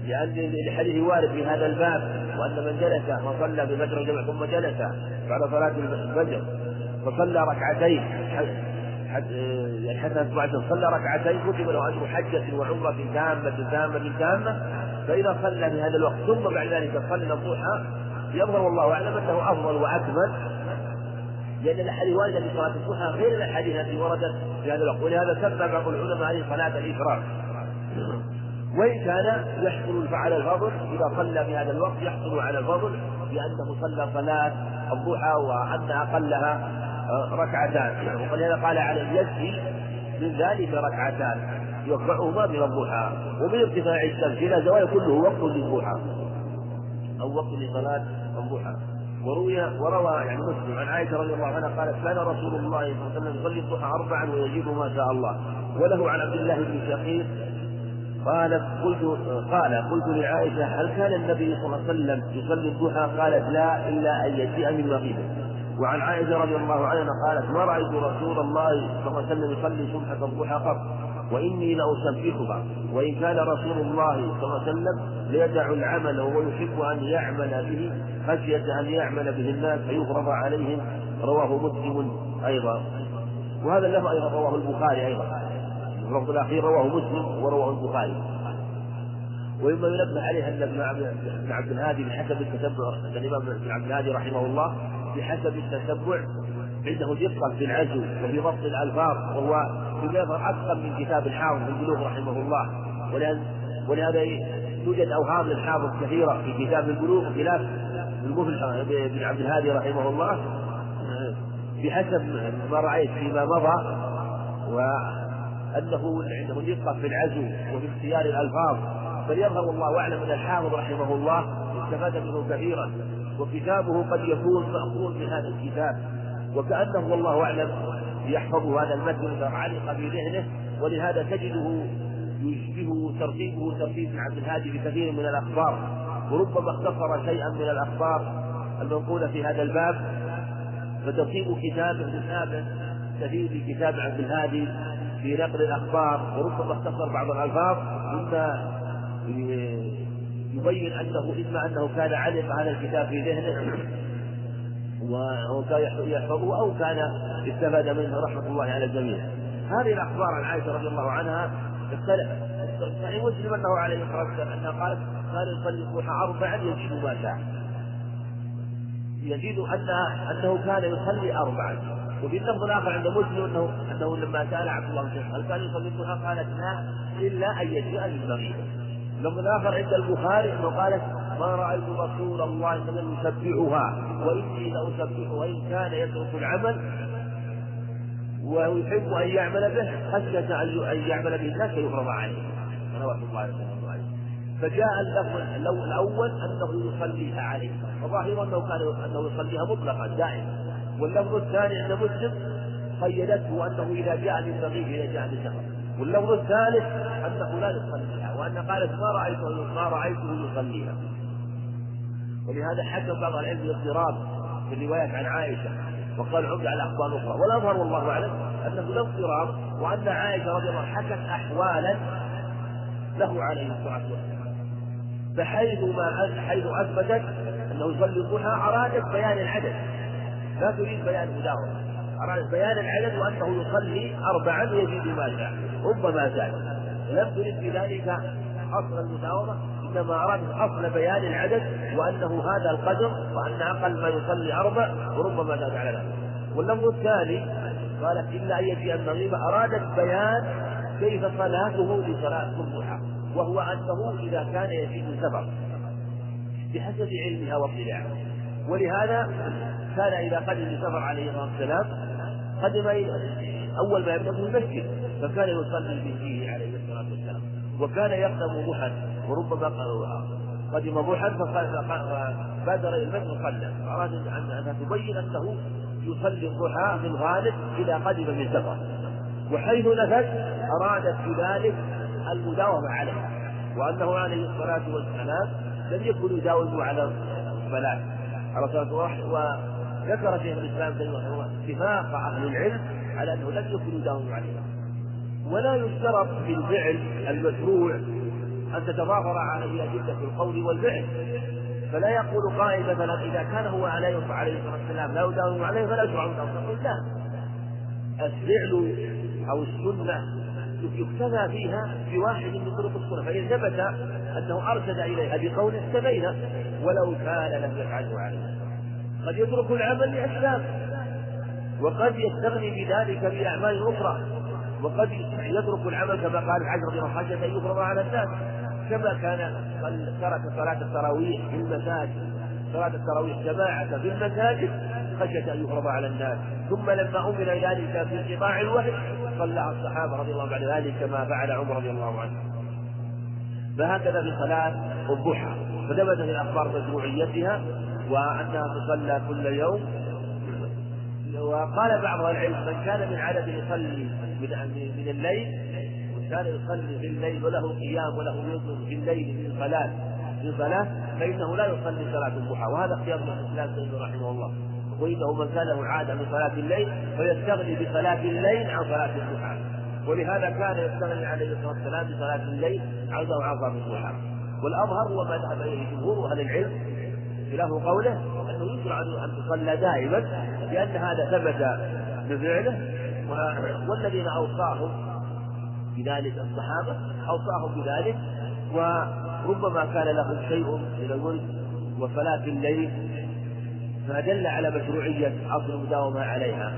لأن الحديث وارد في هذا الباب، وأن من جلس وصلى بفجر الجمع ثم جلس بعد صلاة الفجر فصلى ركعتين يعني حتى بعد صلى ركعتين كتب له أجر حجة وعمرة تامة تامة تامة. فإذا صلى في هذا الوقت ثم بعد ذلك صلى الضحى يظهر والله أعلم أنه أفضل وأكمل، لأن الأحاديث واردة في صلاة الضحى غير الأحاديث التي وردت في هذا الوقت، ولهذا سمى بعض العلماء هذه صلاة الإفراد. وإن كان يحصل على الفضل إذا صلى في هذا الوقت يحصل على الفضل بأنه صلى صلاة الضحى وأن أقلها ركعتان، ولهذا قال على يكفي من ذلك ركعتان يرفعهما من الضحى ومن ارتفاع الشمس إلى زوال كله وقت للضحى أو وقت لصلاة الضحى. وروي وروى يعني مسلم عن عائشة رضي الله عنها قالت كان رسول الله صلى الله عليه وسلم يصلي الضحى أربعا ويجيب ما شاء الله. وله عن عبد الله بن شقيق قال قلت قال قلت لعائشة هل كان النبي صلى الله عليه وسلم يصلي الضحى؟ قالت لا إلا أن يجيء من مغيبه. وعن عائشة رضي الله عنها قالت ما رأيت رسول الله صلى الله عليه وسلم يصلي سبحة الضحى قط وإني لأسبحها. وإن كان رسول الله صلى الله عليه وسلم ليدع العمل ويحب أن يعمل به خشية أن يعمل به الناس فيفرض عليهم. رواه مسلم أيضا، وهذا له أيضا رواه البخاري أيضا، اللفظ الأخير رواه مسلم ورواه البخاري. ومما ينبه عليه أن ابن عبد الهادي بحسب التتبع الإمام ابن عبد الهادي رحمه الله بحسب التتبع عنده دقة في العزو وفي ضبط الألفاظ، وهو بمثل أكثر من كتاب الحافظ في البلوغ رحمه الله. ولهذا توجد أوهام للحافظ كثيرة في كتاب البلوغ خلاف المفلح ابن عبد الهادي رحمه الله بحسب ما رأيت فيما مضى، وأنه عنده دقة في العزو وفي اختيار الألفاظ. فليظهر والله أعلم أن الحافظ رحمه الله استفاد منه كثيرا، وكتابه قد يكون مأخوذ من هذا الكتاب، وكأنه والله أعلم يحفظ هذا المتن إذا علق في ذهنه. ولهذا تجده يشبه ترتيبه ترتيب ابن عبد الهادي بكثير من الأخبار، وربما اختصر شيئا من الأخبار المنقولة في هذا الباب. فترتيب كتابه مشابه كثير في كتاب عبد الهادي في نقل الأخبار، وربما اختصر بعض الألفاظ مما يبين أنه إما أنه كان علق هذا الكتاب في ذهنه وكان يحفظه أو كان استفاد منه رحمة الله على الجميع. هذه الأخبار عن عائشة رضي الله عنها اختلفت. صحيح مسلم أنه عليه الصلاة والسلام أنها قالت كان يصلي الضحى أربعا يزيد ما شاء، يزيد أنه أنه كان يصلي أربعا. وفي اللفظ الآخر عند مسلم أنه أنه لما سأل عبد الله بن مسعود هل كان يصلي الضحى قالت لا إلا أن يجيء بالمغيب. اللفظ الآخر عند البخاري أنه قالت ما رأيت رسول الله صلى الله عليه وسلم يسبحها وإني لأسبح وإن كان يترك العمل ويحب أن يعمل به خشية أن يعمل به الناس فيفرض عليه. رواه الله عليه وسلم. فجاء اللفظ الأول أنه يصليها عليه، وظاهر أنه كان أنه يصليها مطلقا دائما. واللفظ الثاني عند مسلم قيدته أنه إذا جاء للمغيب إذا جاء للسفر. واللفظ الثالث أنه لا يصليها، وأن قالت ما رأيته ما رأيته يصليها. ولهذا حكم بعض العلم بالاضطراب في الروايات عن عائشة، وقال عمد على أخبار أخرى. والأظهر والله أعلم أنه لا اضطراب، وأن عائشة رضي الله عنها حكت أحوالا له عليه الصلاة والسلام، فحيث ما حيث أثبتت أنه يصلي الضحى أرادت بيان العدد، لا تريد بيان المداومة، أرادت بيان العدد وأنه يصلي أربعا يزيد ما شاء ربما زاد، لم تريد بذلك أصل المداومة، إنما أرادت أصل بيان العدد وأنه هذا القدر، وأن أقل ما يصلي أربع وربما زاد على ذلك. واللفظ الثاني قالت إلا أن يجيء المغيب أرادت بيان كيف صلاته لصلاة الضحى، وهو أنه إذا كان يزيد سفر بحسب علمها واطلاعها. ولهذا كان إذا قدم سفر عليه الصلاة والسلام قدم أول ما يبدأ من المسجد، فكان يصلي به عليه الصلاة والسلام، وكان يقدم ضحى، وربما قدم ضحى فبادر إلى المسجد وصلى، أراد أن تبين أنه يصلي الضحى في الغالب إذا قدم من سفر. وحيث نفت أرادت بذلك المداومة عليها، وأنه عليه الصلاة والسلام لم يكن يداوم على الصلاة على صلاة واحد. وذكر شيخ الإسلام هو اتفاق أهل العلم على أنه لم يكن يداوم عليها. ولا يشترط في الفعل المشروع أن تتضافر عليه أدلة القول والفعل. فلا يقول قائل مثلا إذا كان هو عليه الصلاة والسلام لا يداوم عليه فلا يشرع له، نقول لا، الفعل أو السنة يكتفى فيها بواحد من طرق السنة، فإن ثبت أنه أرشد إليها بقول استبينا ولو كان لم يفعله عليه. قد يترك العمل لأسباب، وقد يستغني بذلك بأعمال أخرى، وقد يترك العمل كما قال عشرة خشية أن يفرض على الناس، كما كان ترك صلاة التراويح في المساجد، صلاة التراويح جماعة في المساجد خشية أن يفرض على الناس، ثم لما أمر ذلك في انقطاع الوحي صلى الصحابة رضي الله عنهم ذلك كما فعل عمر رضي الله عنه. فهكذا في صلاة الضحى فثبت في الأخبار مشروعيتها وأنها تصلى كل يوم. وقال بعض العلم من كان من عدد يصلي من الليل، من كان يصلي في الليل وله قيام وله وتر في الليل من صلاة من صلاة فإنه لا يصلي صلاة الضحى، وهذا اختيار شيخ الإسلام تيمية رحمه الله. وإنه من كان له عادة من صلاة الليل فيستغني بصلاة الليل عن صلاة الضحى، ولهذا كان يستغني عليه الصلاة والسلام بصلاة الليل عن صلاة الضحى. والأظهر هو ما ذهب إليه جمهور أهل العلم خلاف قوله أنه يشرع أن تصلى دائما، لأن هذا ثبت بفعله، والذين أوصاهم بذلك الصحابة أوصاهم بذلك، وربما كان لهم شيء من الورد وصلاة الليل فدل على مشروعية أصل المداومة عليها.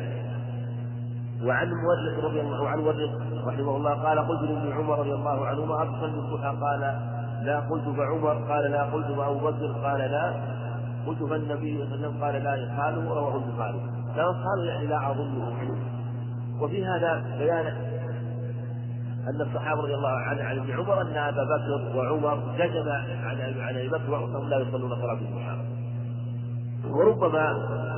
وعن مورث رضي الله عن مورث رحمه الله قال قلت لابن عمر رضي الله عنهما أتصلي الضحى؟ قال لا. قلت فعمر؟ قال لا. قلت فأبو بكر؟ قال لا. قلت فالنبي صلى الله عليه وسلم؟ قال لا. قالوا رواه البخاري. لا قالوا يعني لا أظنه. وفي هذا بيان أن الصحابة رضي الله عنهم عن ابن عمر أن أبا بكر وعمر جزم عن أبي بكر وعمر لا يصلون صلاة الضحى، وربما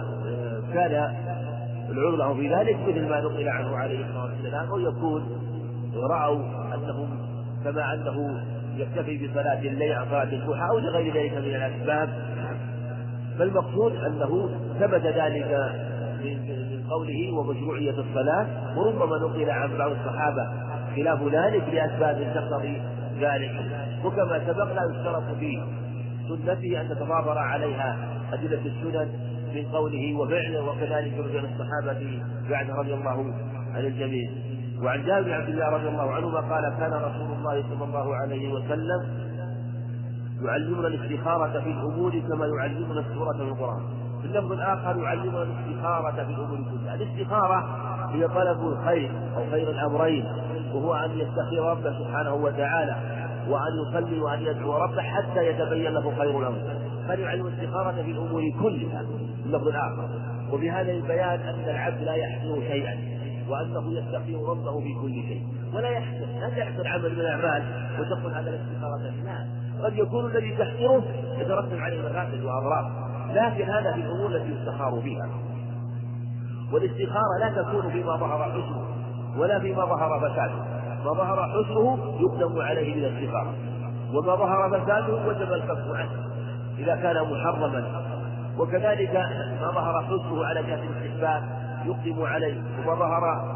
كان العذر له في ذلك مثل ما نقل عنه عليه الصلاة والسلام، أو يكون رأوا أنهم كما أنه يكتفي بصلاة الليل عن صلاة الضحى أو لغير ذلك من الأسباب. فالمقصود أنه ثبت ذلك من قوله ومشروعية الصلاة، وربما نقل عن بعض الصحابة خلاف ذلك لأسباب تقتضي ذلك. وكما سبق لا يشترط في سنته أن تتضافر عليها أدلة السنن من قوله وفعله، وكذلك من الصحابة بعد رضي الله عن الجميع. وعن جابر بن عبد الله رضي الله عنهما قال كان رسول الله صلى الله عليه وسلم يعلمنا الاستخارة في الأمور كما يعلمنا السورة في القرآن. في اللفظ الآخر يعلمنا الاستخارة في الأمور كلها. الاستخارة هي طلب الخير أو خير الأمرين، وهو أن يستخير ربه سبحانه وتعالى وأن يصلي وأن يدعو ربه حتى يتبين له خير الأمر. فليعلم الاستخارة في الأمور كلها في اللفظ الآخر. وبهذا البيان أن العبد لا يحسن شيئا، وأنه يستخير ربه في كل شيء، ولا يحسن لا يحسن عمل من الأعمال وتقول هذا الاستخارة لا، قد يكون الذي تحسنه يترتب عليه مفاسد وأضرار، لكن هذا في الأمور التي يستخار فيها. والاستخارة لا تكون فيما ظهر حسنه ولا فيما ظهر فساده، ما ظهر حسنه يقدم عليه من الاستخارة، وما ظهر فساده وجب الكف عنه إذا كان محرما، وكذلك ما ظهر حسنه على جهة الاستحباب يقدم عليه، وما ظهر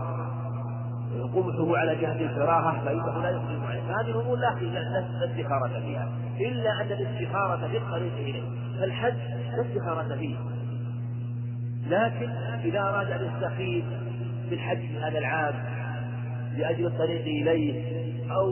قبحه على جهة الكراهة فإنه لا يقدم عليه. هذه الأمور لا استخارة فيها، إلا أن الاستخارة في الطريق إليه. فالحج لا استخارة فيه، لكن إذا أراد أن يستخير في الحج في هذا العام لأجل الطريق إليه أو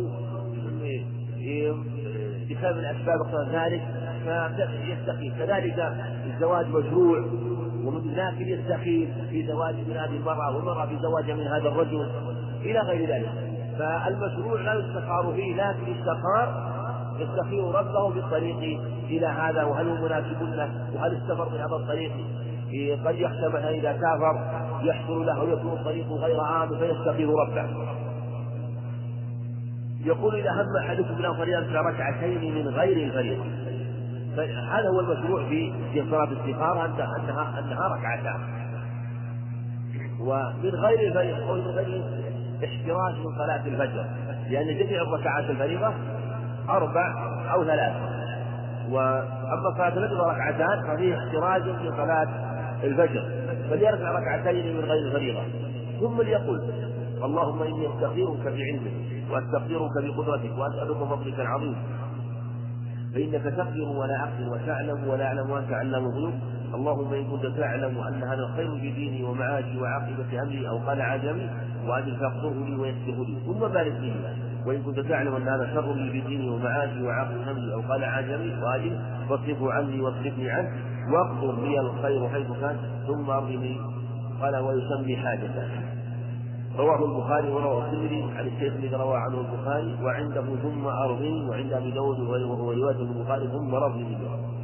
بسبب الأسباب اقتضت ذلك فيستخير. كذلك الزواج مشروع، ولكن يستخير في زواج من هذه المرأة والمرأة في زواج من هذا الرجل إلى غير ذلك. فالمشروع لا يستخار فيه، لكن يستخار يستخير ربه بالطريق إلى هذا، وهل هو مناسب له، وهل السفر من هذا الطريق قد يحتمل إذا سافر يحصل له ويكون الطريق غير عام فيستخير ربه. يقول إذا هم أحدكم بالأمر فليركع ركعتين من غير الفريضة، فهذا هو المشروع في صلاة الاستخارة أنها أنها ركعتان، ومن غير الفريضة أو من غير احتراز من صلاة الفجر، لأن جميع الركعات الفريضة أربع أو ثلاث، وأما صلاة الفجر ركعتان ففيه احتراز من صلاة الفجر، فليركع ركعتين من غير الفريضة. ثم يقول اللهم إني أستغفرك بعلمك وأستغفرك بقدرتك وأسألك فضلك العظيم، فإنك تقدر ولا أقدر وتعلم ولا أعلم وأنت علام الغيوب. اللهم إن كنت تعلم أن هذا الخير في ديني ومعاشي وعاقبة أمري أو قال عجمي وأجل فاقدره لي ويسره لي ثم بارك لي. وإن كنت تعلم أن هذا شر لي في ديني ومعاشي وعاقبة أمري أو قال عجمي وأجل فاصرفه عني واصرفني عنه واقدر لي الخير حيث كان ثم أرضني. قال ويسمي حاجته. رواه البخاري ورواه الترمذي عن الشيخ الذي روى عنه البخاري وعنده ثم أرضي، وعند أبي داود وهو رواية البخاري ثم رضي.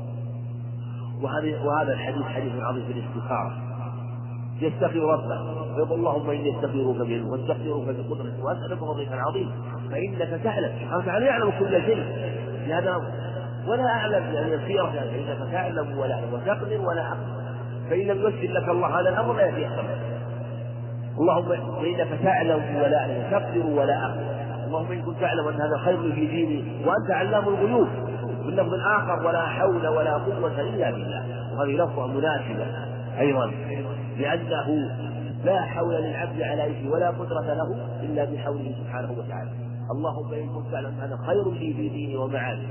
وهذا الحديث حديث عظيم في الاستخارة. يستخير ربه ويقول اللهم إني أستخيرك بعلمك واستخيرك بقدرتك وأسألك فضلك العظيم، فإنك تعلم سبحانه وتعالى يعلم كل شيء لهذا ولا أعلم يعني الخيرة، فإنك تعلم ولا أعلم وتقدر ولا أقدر، فإن لم يسر لك الله هذا الأمر لا يحصل. اللهم فإنك تعلم ولا أعلم وتقدر ولا أقدر. اللهم إن كنت تعلم أن هذا خير في ديني وأنت علام الغيوب. باللفظ الآخر ولا حول ولا قوة إلا بالله، وهذه لفظة مناسبة أيضا لأنه لا حول للعبد على شيء ولا قدرة له إلا بحوله سبحانه وتعالى. اللهم إن كنت تعلم أن هذا خير لي في ديني ومعاشي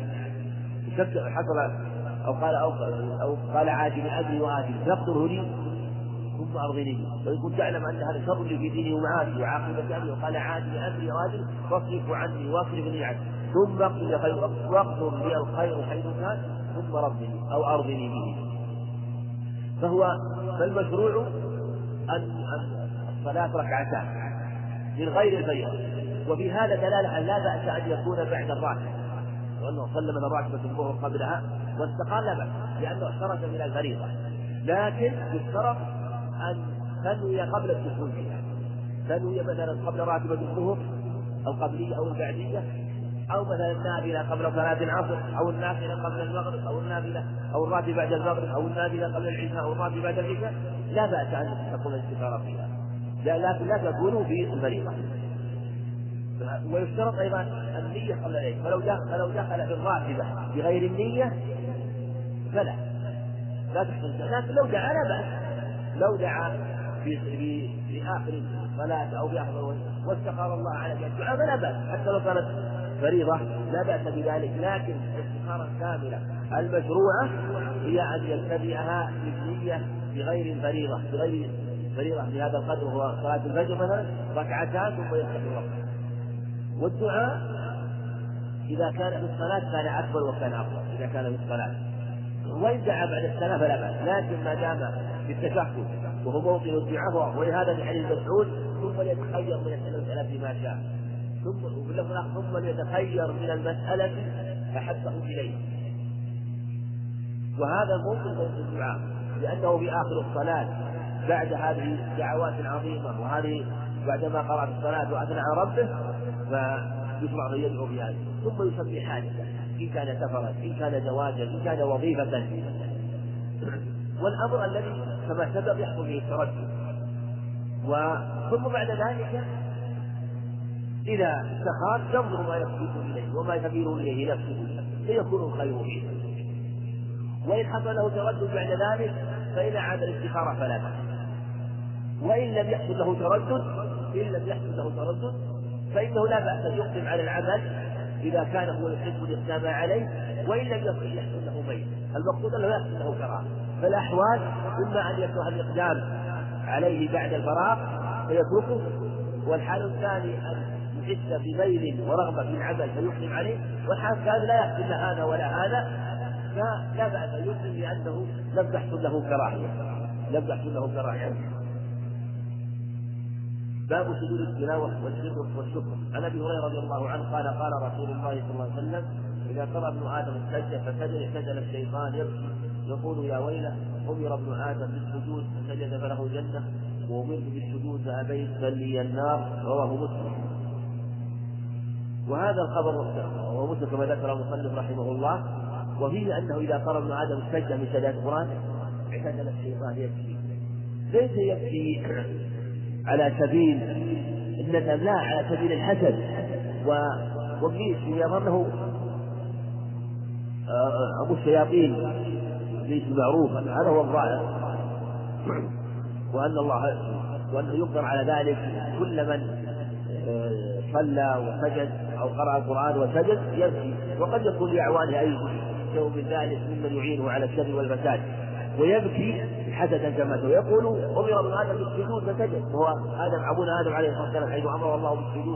حصل أو قال أو, أو قال عاجل أبي وآتي فاقدره لي ثم أرضني. وإن كنت تعلم أن هذا شر لي في ديني ومعاشي وعاقبة أمري وقال عاجل أمري راجل فاصرف عني واصرفني عنه ثم اقض لي خير واقدر لي الخير حيث كان ثم رضني أو أرضني به. فهو فالمشروع أن الصلاة ركعتان من غير الفريضة، وفي هذا دلالة أن لا بأس أن يكون بعد الراتبة، وأنه صلى من راتبة الظهر قبلها واستقال لا بأس لأنه احترز من الفريضة، لكن يشترط أن تنوي قبل الدخول فيها، تنوي مثلا قبل راتبة الظهر أو قبلية أو البعدية، أو مثلا النافلة قبل صلاة العصر أو النافلة قبل المغرب أو النافلة أو الراتب بعد المغرب أو النافلة قبل العشاء أو الراتب بعد العشاء، لا بأس أن تكون الاستخارة فيها، لا لكن لا تكون في الفريضة. ويشترط أيضا النية قبل العيد، فلو دخل فلو دخل في الراتبة بغير النية فلا لا تحصل، لكن لو دعا لا بأس، لو دعا في في في آخر الصلاة أو في آخر واستخار الله على الدعاء فلا بأس حتى لو كانت فريضة لا بأس بذلك، لكن الاستخارة الكاملة المشروعة هي أن يتبعها بالنية بغير الفريضة بغير فريضة بهذا القدر وهو صلاة الفجر مثلا ركعتان ثم يستخير ربه. والدعاء إذا كان في الصلاة كان أكبر وكان أفضل إذا كان في الصلاة، وإن دعا بعد الصلاة فلا بأس، لكن ما دام في التشهد وهو موطن الدعاء، ولهذا في حديث مسعود ثم يتخير من المسألة ما شاء، ثم ثم يتخير من المسألة أحبه إليه، وهذا موطن موطن الدعاء لأنه في آخر الصلاة بعد هذه الدعوات العظيمة وهذه بعدما قرأ في الصلاة وأثنى على ربه فيشرع أن يدعو بهذا ثم يسمي حاجته إن كان سفرا إن كان زواجا إن كان وظيفة. والأمر الذي كما سبق يحصل به التردد، ثم بعد ذلك إذا استخار ينظر ما يصيب إليه وما يميل إليه نفسه فيكون الخير فيه، وإن حصل له تردد بعد ذلك فإن عاد الاستخارة فلا بأس، وإن لم يحصل له تردد إن لم يحصل له تردد فإنه لا بأس أن يقدم على العمل إذا كان هو يحب الإقدام عليه، وإن لم يحصل له ميل، المقصود أنه يحصل له كراهة. فالأحوال إما أن يكره الإقدام عليه بعد الفراغ فيتركه، والحال الثاني أن يحس بميل ورغبة في العمل فيقدم عليه، والحال الثاني لا يحصل لا هذا ولا هذا فلا بأس أن يقدم لأنه لم تحصل له كراهية لم تحصل له كراهية. باب سجود التلاوة والذكر والشكر. عن ابي هريره رضي الله عنه قال قال رسول الله صلى الله عليه وسلم اذا قرأ ابن ادم السجده فسجد اعتدل الشيطان يبكي يقول يا ويله امر ابن ادم بالسجود فسجد فله جنه وامرت بالسجود فابيت فلي النار. رواه مسلم. وهذا الخبر وهو مسلم كما ذكر المصنف رحمه الله، وفيه انه اذا قرأ ابن ادم السجده من سجدات القران اعتدل الشيطان يبكي، ليس يبكي على سبيل الندم، لا، على سبيل الحسد وابليس يظنه ابو الشياطين ابليس المعروف هذا هو الظاهر، وان الله وأنه يقدر على ذلك كل من صلى وسجد أو قرأ القرآن وسجد يبكي، وقد يكون لأعوانه أي شيء من ذلك ممن يعينه على الشر والفساد ويبكي حسدا كما ويقول أمر ابن آدم بالسجود فسجد، وهو آدم أبونا آدم عليه الصلاة والسلام حيث أمر الله بالسجود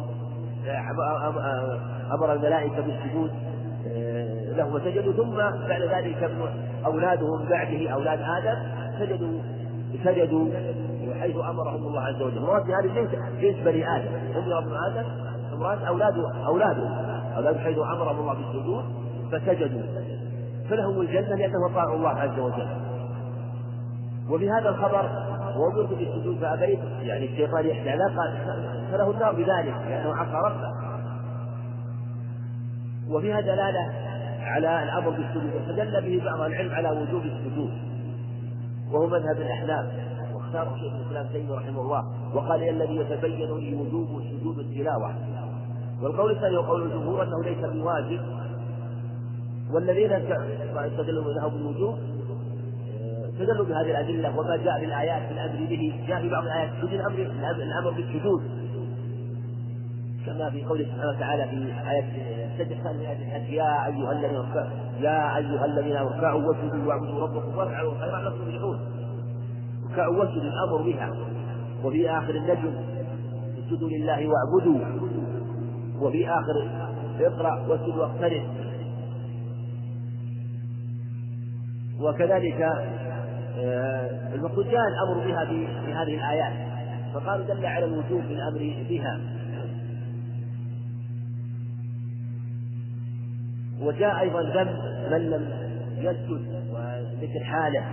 أمر الملائكة بالسجود له فسجدوا، ثم بعد ذلك أولاده من بعده أولاد آدم سجدوا سجدوا حيث أمرهم الله عز وجل. مراد هذه ليس ليس بني آدم، أمر ابن آدم مراد أولاده أولاده أولاده حيث أمرهم الله بالسجود فسجدوا فلهم الجنة لأنه أطاعوا الله عز وجل. وفي هذا الخبر وأمرت بالسجود فأبيت، يعني الشيطان يحدى لا قال فله النار بذلك لأنه عصى ربه. وفيها دلالة على الأمر بالسجود، فدل به بعض العلم على وجوب السجود وهو مذهب الأحناف، واختار شيخ الإسلام تيمية رحمه الله وقال الذي يتبين لي وجوب سجود التلاوة. والقول الثاني وقول الجمهور أنه ليس بواجب، والذين استدلوا له بالوجوب استدلوا بهذه الأدلة وما جاء في الآيات في الأمر به. جاء في بعض الآيات في الأمر الأمر بالسجود كما في قوله سبحانه وتعالى في آية السجد كان في آية الحج يا أيها الذين اركعوا يا أيها الذين اركعوا واسجدوا واعبدوا ربكم وافعلوا الخير لعلكم تفلحون. اركعوا واسجدوا الأمر بها. وفي آخر النجم اسجدوا لله واعبدوا، وفي آخر اقرأ واسجد واقترب. وكذلك المقصود جاء الأمر بها في هذه الآيات فقالوا دل على الوجوب بالأمر بها. وجاء أيضا ذم من لم يسجد وذكر حاله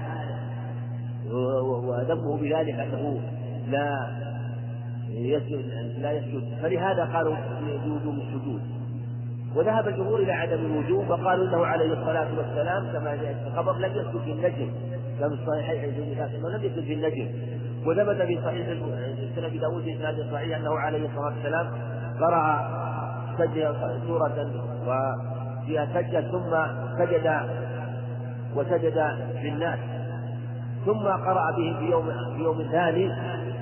وذمه بذلك أنه لا يسجد لا يسجد فلهذا قالوا بوجوب السجود. وذهب الجمهور إلى عدم الوجوب وقالوا إنه عليه الصلاة والسلام كما جاء في الخبر لم يسجد في النجم كما في الصحيحين أنه لم يسجد في النجم. وثبت في صحيح سنن أبي داود في إسناد صحيح أنه عليه الصلاة والسلام قرأ سورة وفيها سجدة ثم سجد وسجد للناس ثم قرأ بهم في يوم في يوم ثاني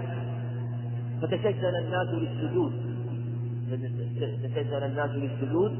فتشجن الناس للسجود تشجن الناس للسجود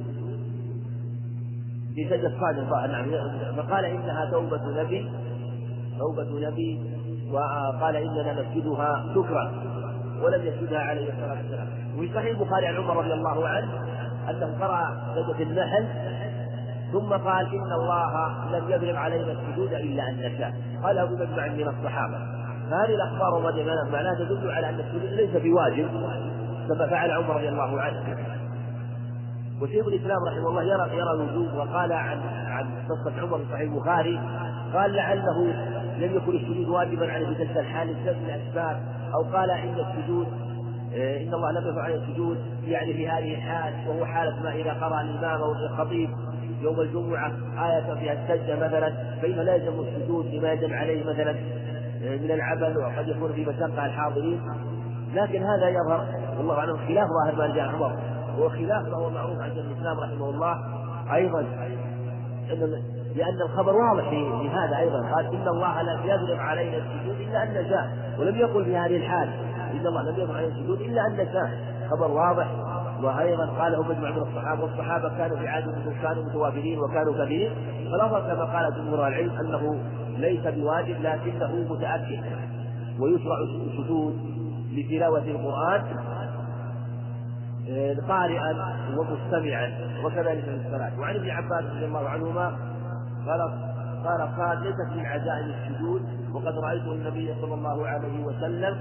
في سجدة صادقة. نعم. فقال إنها توبة نبي توبة نبي وقال إننا نسجدها شكرا ولم يسجدها عليه الصلاة والسلام. وفي صحيح البخاري عن عمر رضي الله عنه أنه قرأ سجدة النحل ثم قال إن الله لم يفرض علينا السجود إلا أن نشاء. قاله بمجمع من الصحابة. هذه الأخبار وما معناها تدل على أن السجود ليس بواجب كما فعل عمر رضي الله عنه. وشيخ الإسلام رحمه الله يرى يرى الوجوب وقال عن عن قصة عمر في صحيح البخاري قال لعله لم يكن السجود واجبا عليه في تلك الحال لسبب الأسباب، أو قال إن السجود إن الله لم يفعل السجود يعني في هذه الحال وهو حالة ما إذا قرأ الإمام أو الخطيب يوم الجمعة آية فيها السجدة مثلا فإنه لا يلزم السجود لما يلزم عليه مثلا من العمل وقد يكون في مشقة الحاضرين. لكن هذا يظهر والله أعلم خلاف ظاهر ما جاء عمر وهو خلاف ما هو معروف عند الإسلام رحمه الله أيضا لأن الخبر واضح في هذا أيضا قال إن الله لا يفرض علينا السجود إلا أن نشاء ولم يقل في هذه الحال إن الله لم يفرض علينا السجود إلا أن نشاء. خبر واضح. وأيضا قاله مجمع من الصحابة والصحابة كانوا في عادهم كانوا متوافرين وكانوا كثيرين فالأفضل كما قال جمهور العلم أنه ليس بواجب لكنه متأكد ويشرع السجود لتلاوة القرآن قارئا ومستمعا وكذلك في الصلاة. وعن ابن عباس رضي الله عنهما قال قال قال ليست من عزائم السجود وقد رأيت النبي صلى الله عليه وسلم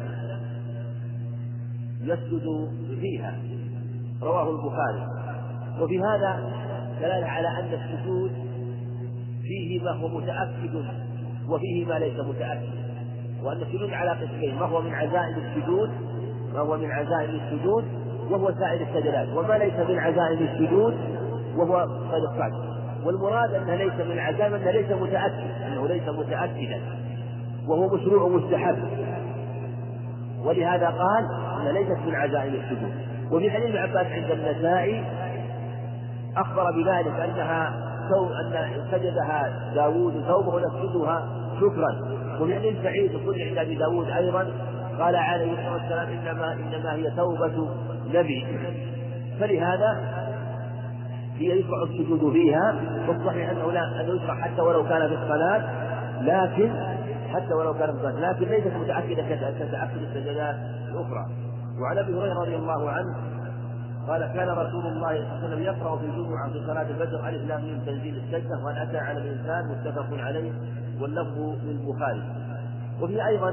يسجد فيها رواه البخاري. وفي هذا دلالة على أن السجود فيه ما هو متأكد وفيه ما ليس متأكد، وأن السجود على قسمين ما هو من عزائم السجود ما هو من عزائم السجود وهو سائر السجدات وما ليس من عزائم السجود وهو غير الصعب. والمراد أنه ليس من عزائم أنه ليس متأكد أنه ليس متأكدا وهو مشروع ومستحب، ولهذا قال أنها ليست من عزائم السجود. وفي حديث ابن عباس عند النسائي أخبر بذلك أنها أن سجدها داود ثوبه نسجدها شكرا. وفي حديث سعيد كل عند أبي داود أيضا قال عليه الصلاة والسلام إنما, إنما هي توبة نبي، فلهذا هي يشرع السجود فيها. والصحيح أنه لا أنه يشرع حتى ولو كان في الصلاة، لكن حتى ولو كان في الصلاة لكن ليست متأكدة كتأكد السجدات الأخرى. وعن أبي هريرة رضي الله عنه قال كان رسول الله صلى الله عليه وسلم يقرأ في الجمعة في صلاة الفجر ألف لام ميم تنزيل السجدة وأن أتى على الإنسان متفق عليه واللفظ للبخاري. وفي أيضا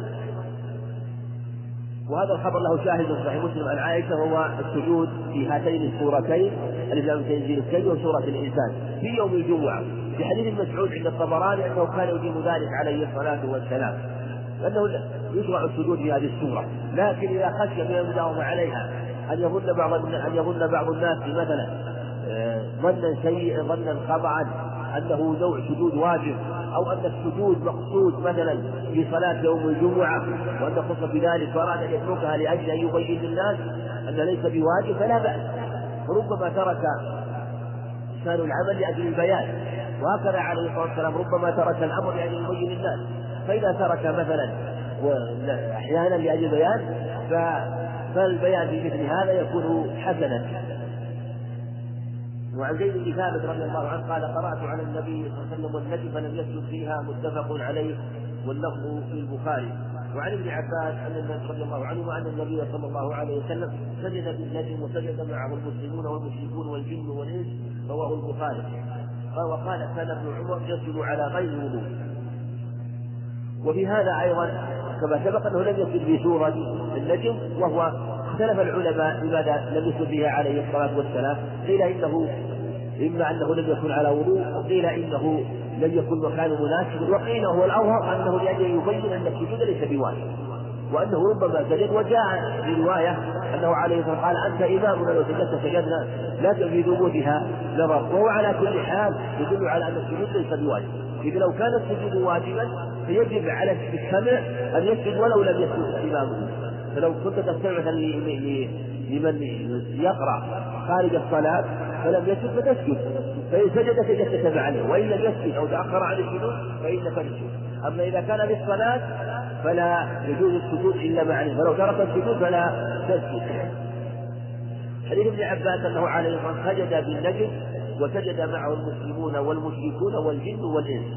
وهذا الخبر له شاهد في صحيح مسلم عن عائشة وهو السجود في هاتين السورتين ألف لام ميم تنزيل السجدة وسورة الإنسان في يوم الجمعة، في حديث مسعود عند الطبراني أنه كان يديم ذلك عليه الصلاة والسلام، لأنه يشرع السجود في هذه السورة. لكن إذا خشي من المداومة عليها أن يظن بعض أن يظن بعض الناس مثلا ظنا سيئا ظنا خطأ أنه نوع سجود واجب أو أن السجود مقصود مثلا في صلاة يوم الجمعة وأن خص بذلك وأراد أن يتركها لأجل أن يبين للناس أن ليس بواجب فلا بأس، ربما ترك إنسان العمل لأجل البيان، وهكذا عليه الصلاة والسلام ربما ترك الأمر لأجل يبين للناس. فإذا ترك مثلا أحيانا لأجل البيان فالبيان في مثل هذا يكون حسنا. وعن زيد بن ثابت رضي الله عنه قال قرأت على النبي صلى الله عليه وسلم والنجم فلم يسجد فيها متفق عليه واللفظ في البخاري. وعن ابن عباس أن النبي رضي الله عنه أن النبي صلى الله عليه وسلم سجد بالنجم وسجد معه المسلمون والمشركون والجن والإنس رواه البخاري. وقال كان ابن عمر يسجد على غير وضوء. وفي هذا أيضا كما سبق أنه لم يسجد في سورة النجم، وهو اختلف العلماء لماذا لم يسجد فيها عليه الصلاة والسلام، قيل إنه إما أنه لم يكن على وضوء وقيل إنه لم يكن مكانه مناسب وقيل هو الأظهر أنه لأجل يبين أن السجود ليس بواجب وأنه ربما سجد. وجاء في رواية أنه عليه الصلاة والسلام قال أنت إمامنا لو سجدت سجدنا لكن في ثبوتها نظر، وهو على كل حال يدل على أن السجود ليس بواجب. إذا لو كان السجود واجبا فيجب على المستمع أن يسجد ولو لم يسجد إمامه. فلو كنت تستمع لمن يقرأ خارج الصلاة فلم يسجد فتسجد، فإن سجد سجدت تبع عليه، وإن لم يسجد أو تأخر عن السجود فإنك تسجد. أما إذا كان للصلاة فلا يجوز السجود إلا مع عليه، فلو ترك السجود فلا تسجد. حديث ابن عباس أنه عليه الصلاة والسلام سجد بالنجم وسجد معه المسلمون والمشركون والجن والإنس.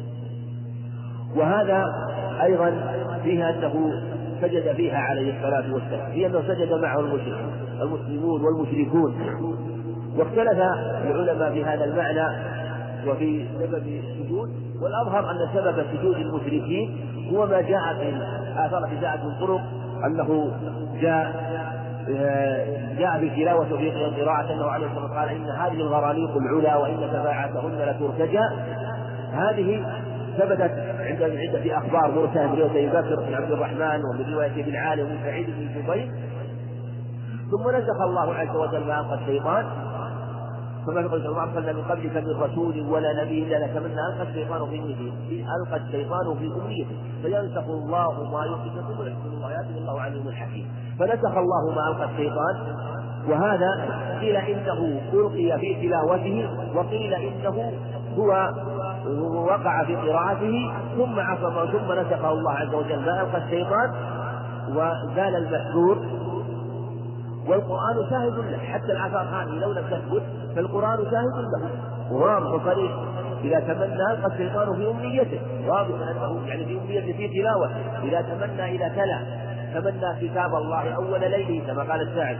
وهذا أيضا فيها أنه سجد فيها عليه الصلاة والسلام، في أنه سجد معه المسلمون والمشركون. واختلف العلماء في هذا المعنى وفي سبب السجود، والأظهر أن سبب سجود المشركين هو ما جاء في آثار في جاءت من طرق أنه جاء جاء في تلاوة في قراءة أنه عليه الصلاة والسلام قال إن هذه الغرانيق العلا وإن شفاعتهن لترتجى. هذه ثبتت عند عدة أخبار مرسلة من رواية أبي بكر بن عبد الرحمن ومن رواية ابن عالي ومن سعيد بن جبير. ثم نسخ الله عز وجل ما ألقى الشيطان، كما يقول الله أرسلنا من قبلك من رسول ولا نبي إلا لتمنى ألقى الشيطان في أمنيته ألقى الشيطان في أمنيته فينسخ الله ما يلقي ويحكم الله يأتي الله عليم الحكيم. فنسخ الله ما ألقى الشيطان، وهذا قيل إنه ألقي في تلاوته وقيل إنه هو وقع في قراءته ثم عصم ثم نسخه الله عز وجل ما ألقى الشيطان وزال المحذور. والقرآن شاهد له، حتى الآثار هذه لو لم تثبت فالقرآن شاهد له واضح صريح. إذا تمنى ألقى الشيطان في أمنيته واضح أنه يعني في أمنيته في تلاوة. إذا تمنى إذا تلا تمنى كتاب الله أول ليله كما قال الشاعر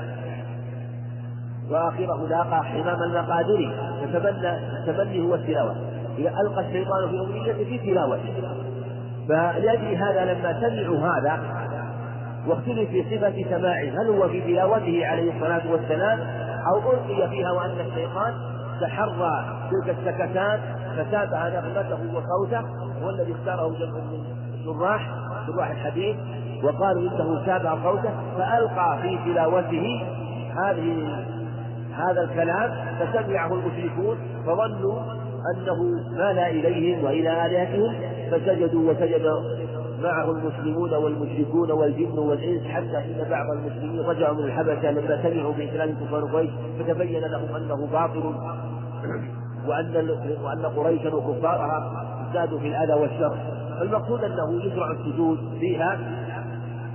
وآخره لاقى حمام المقادير، فتمنى التمني هو التلاوة. إذا ألقى الشيطان في أمنيته في تلاوته. فلأجل هذا لما سمعوا هذا واختلف في صفة سماعه هل هو في تلاوته عليه الصلاة والسلام أو ألقي فيها وأن الشيطان تحرى تلك السكتات فتابع نغمته وصوته، هو الذي اختاره جمع من الشراح شراح الحديث وقالوا إنه تابع صوته فألقى في تلاوته هذه هذا الكلام فسمعه المشركون فظنوا أنه مال إليهم وإلى آلهتهم فسجدوا وسجد معه المسلمون والمشركون والجن والإنس، حتى إن بعض المسلمين رجعوا من الحبشة لما سمعوا بإسلام كفار قريش فتبين لهم أنه باطل وأن وأن قريشا وكفارها ازدادوا في الأذى والشر. فالمقصود أنه يشرع السجود فيها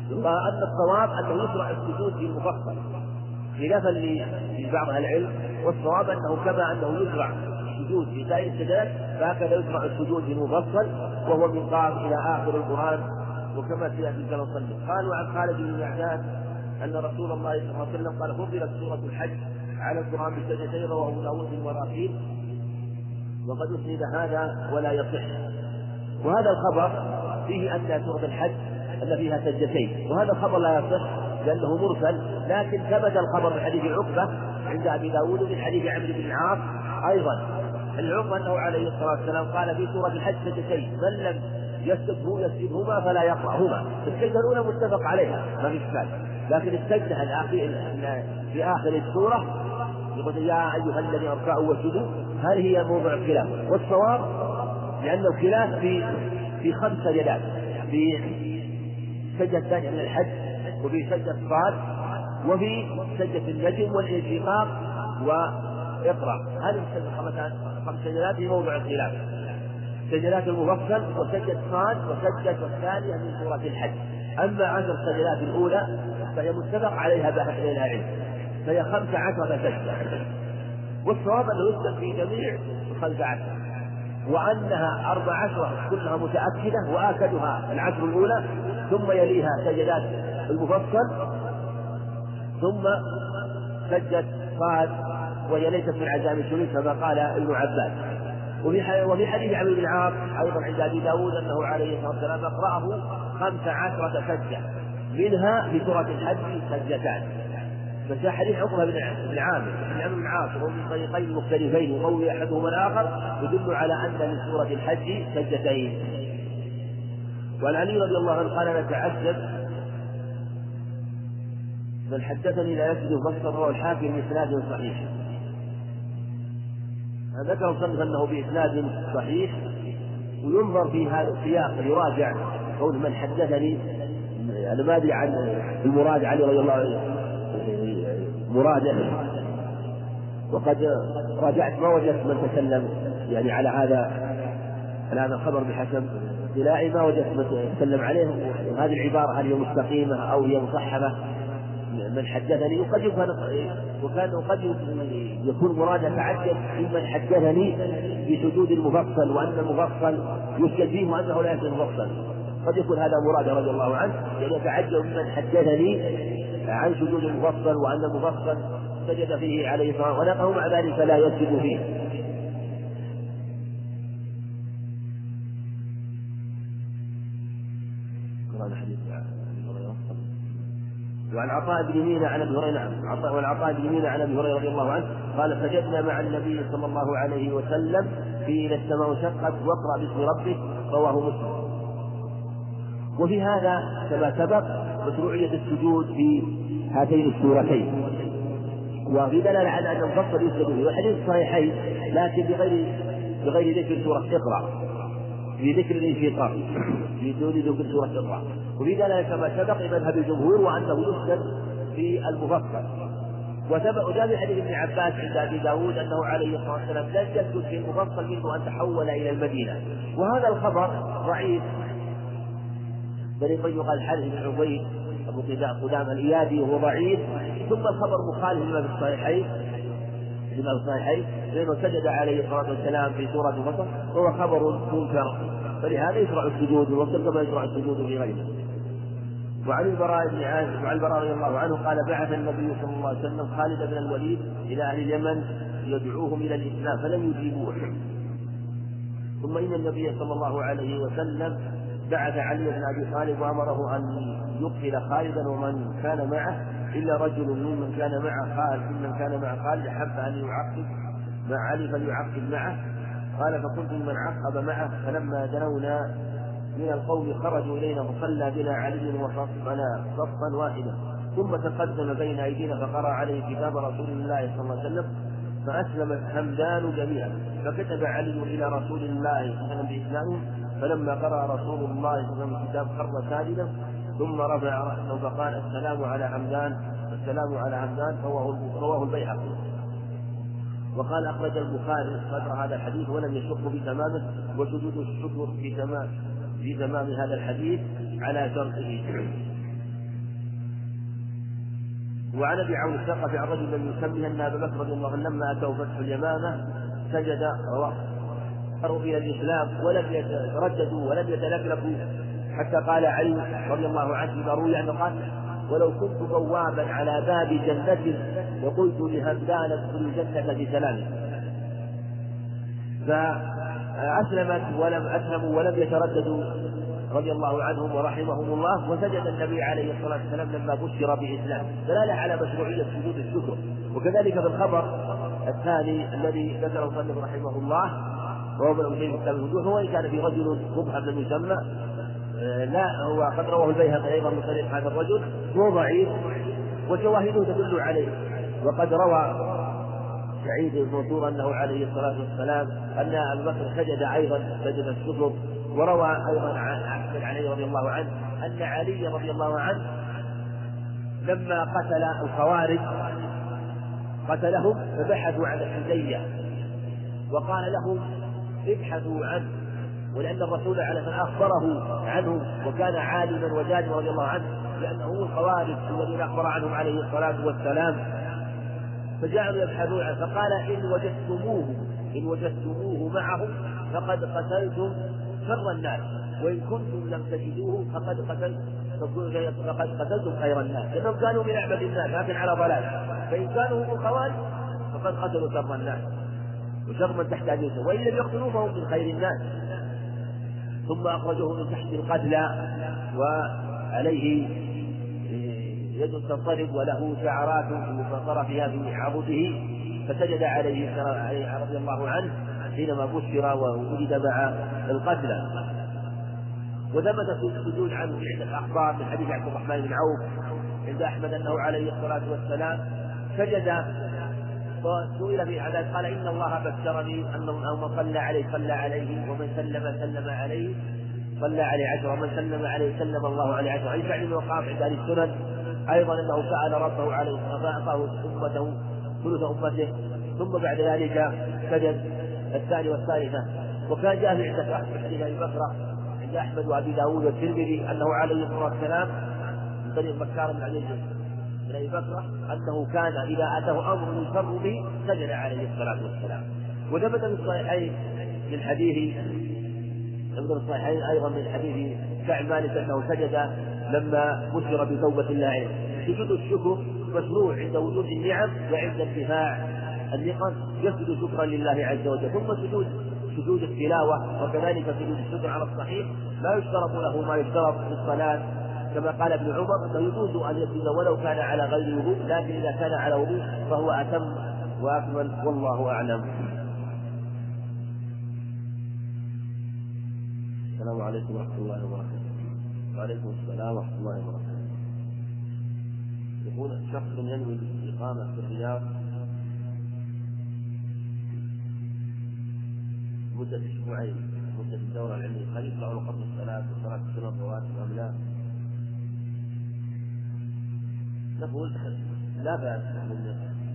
وأن الصواب أنه يشرع السجود في المفصل خلافا لبعض أهل العلم، والصواب أنه كما أنه يشرع السجود في سائر السجدات فهكذا يشرع السجود في المفصل، وهو من قاف إلى آخر القرآن وكما سيأتي كما نصلي. قالوا عن خالد بن معدان أن رسول الله صلى الله عليه وسلم قال فضلت سورة الحج على القرآن بسجدتين، رواه أبو داود في المراحيل، وقد أسند هذا ولا يصح. وهذا الخبر فيه أن سورة الحج أن فيها سجدتين، وهذا الخبر لا يصح لأنه مرسل، لكن ثبت الخبر من حديث عقبة عند أبي داود من حديث عمرو بن العاص أيضا العقبة أنه عليه الصلاة والسلام قال في سورة الحج سجدتين من لم يسجده يسجدهما فلا يقرأهما. السجدة الأولى متفق عليها ما في إشكال، لكن السجدة الأخيرة في آخر السورة يقول يا أيها الذين اركعوا واسجدوا هذه هي موضع الخلاف، والصواب لأن الخلاف في في خمس سجدات، في سجدة الثانية من الحج، وفي سجدة الصاد، وفي سجدة النجم والانشقاق وإقرأ. هذه الخمس خمس سجدات في موضع الخلاف، سجدات المفصل وسجدة الصاد وسجدة الثانية من سورة الحج. أما عشر السجدات الأولى فهي متفق عليها بين أهل العلم، فهي خمس عشرة سجدة، والصواب أنه يسجد في جميع الخمس عشر، وأنها أربع عشرة كلها متأكدة وآكدها العشر الأولى، ثم يليها سجدات المفصل، ثم سجد صاد وهي ليست من عزائم الجنود كما قال ابن عباس. وفي حديث عمرو بن العاص أيضا عند أبي داود أنه عليه الصلاة والسلام أقرأه خمس عشرة سجدة، منها في سورة الحج سجدتان. بس حديث عقبة بن عامر بن عمرو بن العاص وهو من طريقين مختلفين يروي أحدهما الآخر يدل على أن لسورة الحج سجدتين. وعن علي رضي الله عنه قال نتعجب من حدثني لا يسجد مفصل رواه الحاكم بإسناد صحيح. ذكر المصنف أنه بإسناد صحيح، وينظر في هذا السياق يراجع قول من حدثني. أنا ما أدري عن المراد علي رضي الله عنه مراده، وقد راجعت ما وجدت من تكلم يعني على هذا على هذا الخبر بحسب اطلاعي، ما وجدت من تكلم عليه. هذه العبارة هل هي مستقيمة أو هي مصحبة من حدثني، وقد يكون وكان قد يكون مراد تعجب ممن حدثني بسجود المفصل وأن المفصل يسجد فيه وأنه لا يسجد المفصل، قد يكون هذا مراد رضي الله عنه، يعني يتعجب ممن حدثني عن سجود المفصل وأن المفصل سجد فيه عليه الصلاة والسلام ونقه مع ذلك لا يسجد فيه. وعن عطاء بن مينا عن ابي هريره وعن عطاء بن مينا عن ابي هريره رضي الله عنه قال سجدنا مع النبي صلى الله عليه وسلم في إذا السماء انشقت واقرأ باسم ربك، رواه مسلم. وفي هذا كما سبق مشروعية السجود في هاتين السورتين، وفي دلالة على أن المفصل يسجد فيه، والحديث الصحيحين لكن بغير بغير ذكر سورة اقرأ، في ذكر الانشقاق في دون ذكر سورة اقرأ. وفي دلالة كما سبق مذهب الجمهور وأنه يسجد في المفصل. وجاء في حديث ابن عباس عند أبي داود أنه عليه الصلاة والسلام لم يسجد في المفصل منذ أن تحول إلى المدينة، وهذا الخبر ضعيف، بل يقال الحارث بن عبيد أبو قدامة الإيادي وهو ضعيف، ثم الخبر مخالف لما في الصحيحين لما في الصحيحين لأنه سجد عليه الصلاة والسلام في سورة المفصل، وهو خبر منكر، فلهذا يشرع السجود والوصل كما يشرع السجود في غيره. وعن البراء بن عازب وعن البراء رضي الله عنه قال بعث النبي صلى الله عليه وسلم خالد بن الوليد إلى أهل اليمن يدعوهم إلى الإسلام فلم يجيبوه، ثم إن النبي صلى الله عليه وسلم بعث علي بن أبي طالب وأمره أن يقتل خالدا ومن كان معه إلا رجل ممن كان مع خالد ممن كان مع خالد حب أن يعقب مع علي فليعقب معه. قال فكنت من عقب معه، فلما دنونا من القوم خرجوا إلينا فصلى بنا علي وصفنا صفا واحدا، ثم تقدم بين أيدينا فقرأ عليه كتاب رسول الله صلى الله عليه وسلم، فأسلم الحمدان جميعا، فكتب علي إلى رسول الله صلى الله عليه وسلم بإسلامه، فلما قرأ رسول الله صلى الله عليه وسلم الكتاب خر ساجدا ثم رفع رأسه فقال السلام على حمدان السلام على حمدان، رواه البيهقي. وقال أخرج البخاري صدر هذا الحديث ولم يشق بتمامه، وسجود الشكر في تمام في تمام هذا الحديث على شرطه. وعن ابي عون الثقفي عن رجل لم يسميه ان ابا بكر رضي الله عنه لما اتوا فتح اليمامه سجد وأروا الى الاسلام ولم يترددوا ولم يتلكلكوا، حتى قال علي رضي الله عنه فيما روي انه قال: ولو كنت بوابا على باب جنة لقلت لهمدان ادخل الجنة بسلام. فأسلمت ولم أسلموا ولم يترددوا رضي الله عنهم ورحمهم الله، وسجد النبي عليه الصلاة والسلام لما بشر بإسلام، دلالة على مشروعية سجود الشكر. وكذلك في الخبر الثاني الذي ذكره المصنف رحمه الله وهو من أمثال كتاب الوجوه، هو إن كان في رجل مبهم لم يسمى، لا هو قد رواه البيهقي أيضا من طريق هذا الرجل، هو ضعيف وشواهده تدل عليه. وقد روى سعيد المنصور أنه عليه الصلاة والسلام أن أبا بكر سجد أيضا سجد الشكر. وروى أيضا عن أحمد علي رضي الله عنه أن علي رضي الله عنه لما قتل الخوارج قتلهم فبحثوا عن الحدية وقال لهم ابحثوا عنه، ولأن الرسول عليه الصلاة والسلام أخبره عنه وكان عالما وجادا رضي الله عنه، لأنه هو الخوارج الذين أخبر عنهم عليه الصلاة والسلام. فجعلوا يبحثون عنه، فقال: إن وجدتموه إن وجدتموه معهم فقد قتلتم شر الناس، وإن كنتم لم تجدوه فقد قتلتم فقد قتلتم خير الناس، لأنهم كانوا من أعبد الناس لكن على ضلال، فإن كانوا هم الخوارج فقد قتلوا شر الناس وشر من تحت أيديهم، وإن لم يقتلوه فهم من خير الناس. ثم أخرجوه من تحت القتلى وعليه يد تنطلق وله شعرات مفطرة فيها في عضده، فسجد عليه رضي الله عنه حينما بشر ووجد مع القتلى. وثبت السجود عنه في عدة أخبار من حديث عبد الرحمن بن عوف عند أحمد أنه عليه الصلاة والسلام سجد وسئل في هذا قال: إن الله بشرني أنه من صلى عليه صلى عليه ومن سلم سلم عليه صلى عليه عشرة ومن سلم عليه سلم الله عليه عشرة. أي فعل وقع في أهل السنن أيضا أنه سأل ربه عليه فأعطاه أمته ثلث أمته، ثم بعد ذلك سجد الثاني والثالثة. وكان جاء في عدة حديث أبي بكر عند أحمد وأبي داود والترمذي أنه عليه الصلاة والسلام من طريق بكار بن علي من أبي بكر أنه كان إذا أتاه أمر يسر به سجد عليه الصلاة والسلام. وثبت في الصحيحين من حديث ثبت في الصحيحين أيضا من حديث كعب مالك أنه سجد لما بشر بتوبة الله عليه. سجود الشكر مشروع عند وجود النعم وعند انتفاع النقم، يسجد شكرا لله عز وجل. ثم سجود سجود التلاوة وكذلك سجود الشكر على الصحيح لا يشترط له ما يشترط في الصلاة، كما قال ابن عمر انه يجوز ان يسجد ولو كان على غير وضوء، لكن اذا كان على وضوء فهو اتم واكمل والله اعلم. السلام عليكم ورحمه الله وبركاته. وعليكم السلام ورحمه الله وبركاته. يقول شخص ينوي الاقامه في الرياض مدة أسبوعين مدة الدورة العلمية، هل يطلع له قبل الصلاة وصلاة السنة الرواتب أم لا؟ نقول لا بأس من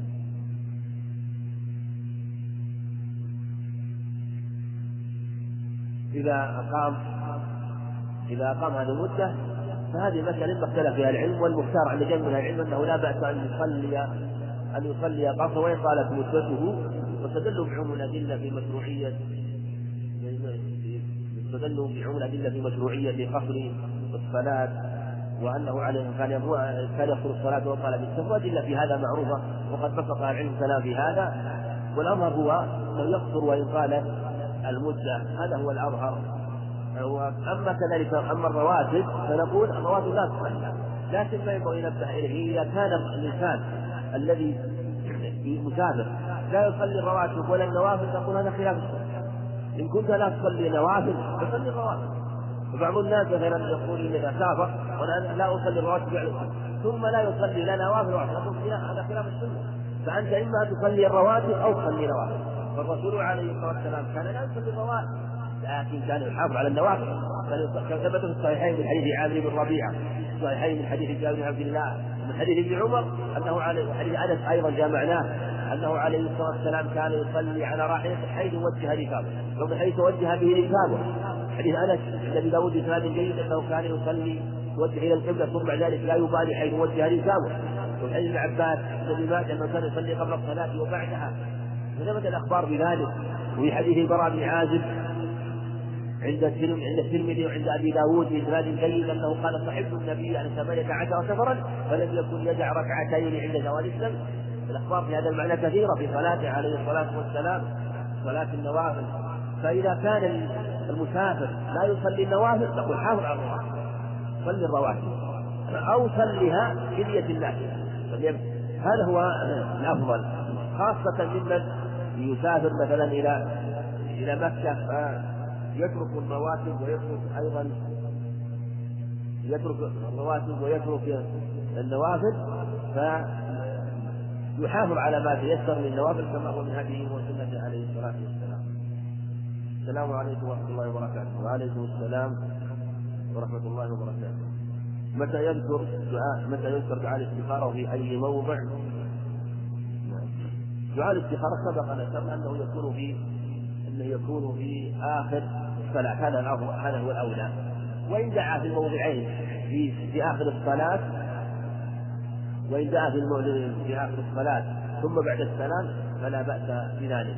إذا أقام إذا أقام هذه المدة فهذه مسألة اختلف فيها العلم، والمختار عند جميع من العلم أنه لا بأس أن يصلي أن يصلي قصر وإن طالت مدته، واستدلوا بعموم الأدلة في مشروعية استدلوا بعموم الأدلة في مشروعية قصر الصلاة، وأنه عليه كان كان يقصر الصلاة وطالب السفر، أدلة في هذا معروفة وقد بسط العلم كلام في هذا، والأمر هو أنه يقصر وإن طالت المدة، هذا هو الأظهر. أما كذلك أما الرواتب فنقول الرواتب لا تصلى، لكن ما ينبغي ينبه إليه إذا كان الإنسان الذي مسافر لا يصلي الرواتب ولا النوافل نقول هذا خلاف السنة. إن كنت لا تصلي نوافل فصلي الرواتب. وبعض الناس مثلا يقول إذا سافر وأنا لا أصلي الرواتب ثم لا يصلي لا نوافل نقول هذا خلاف السنة. فأنت إما تصلي الرواتب أو تصلي نوافل، فالرسول عليه الصلاة والسلام كان لا يصلي الرواتب لكن كان يحافظ على النوافل. كان ثبت في الصحيحين من حديث عامر بن ربيعة، الصحيحين من حديث جابر بن عبد الله، ومن حديث ابن عمر أنه عليه، وحديث أنس أيضا جامعناه أنه عليه الصلاة والسلام كان يصلي على راحلته حيث وجه ركابه، ومن حيث وجه به ركابه. حديث أنس الذي داود بإسناد جيد أنه كان يصلي يوجه إلى القبلة ثم بعد ذلك لا يبالي حيث وجه ركابه. وفي حديث ابن عباس الذي مات أنه كان يصلي قبل الصلاة وبعدها، فثبت الأخبار بذلك. وفي حديث البراء بن عازب عند الترمذي وعند أبي داود بإسناد جيد أنه قال صحبت النبي عن ثمانية عشر سفرا فلم يكن يدع ركعتين عند زوال الشمس. الأخبار في هذا المعنى كثيرة في صلاته عليه الصلاة والسلام، صلاة النوافل. فإذا كان المسافر لا يصلي النوافل نقول حافظ على الرواتب، صلي الرواتب أو صليها بنية النافلة، هذا هو الأفضل، خاصة ممن يسافر مثلا إلى إلى مكة يترك الرواتب ويترك أيضا يترك الرواتب ويترك النوافل، فيحافظ على ما تيسر من النوافل كما هو من هديه وسنته عليه الصلاة والسلام. السلام عليكم ورحمة الله وبركاته. وعليكم السلام ورحمة الله وبركاته. متى يذكر دعاء متى يذكر دعاء الاستخارة في أي موضع؟ دعاء الاستخارة سبق أن ذكرنا أنه يكون في أنه يكون في آخر الصلاة، هذا الأفضل، هذا هو الأولى. وإن دعا في الموضعين في في آخر الصلاة وإن دعا في في آخر الصلاة ثم بعد السلام فلا بأس بذلك.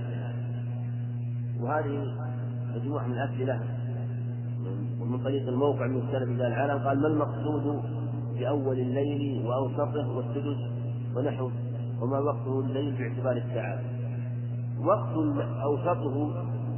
وهذه مجموعة من الأسئلة ومن طريق الموقع من السلف إلى العالم. قال: ما المقصود بأول الليل وأوسطه والسدس ونحوه، وما وقته الليل باعتبار الساعات؟ وقت أوسطه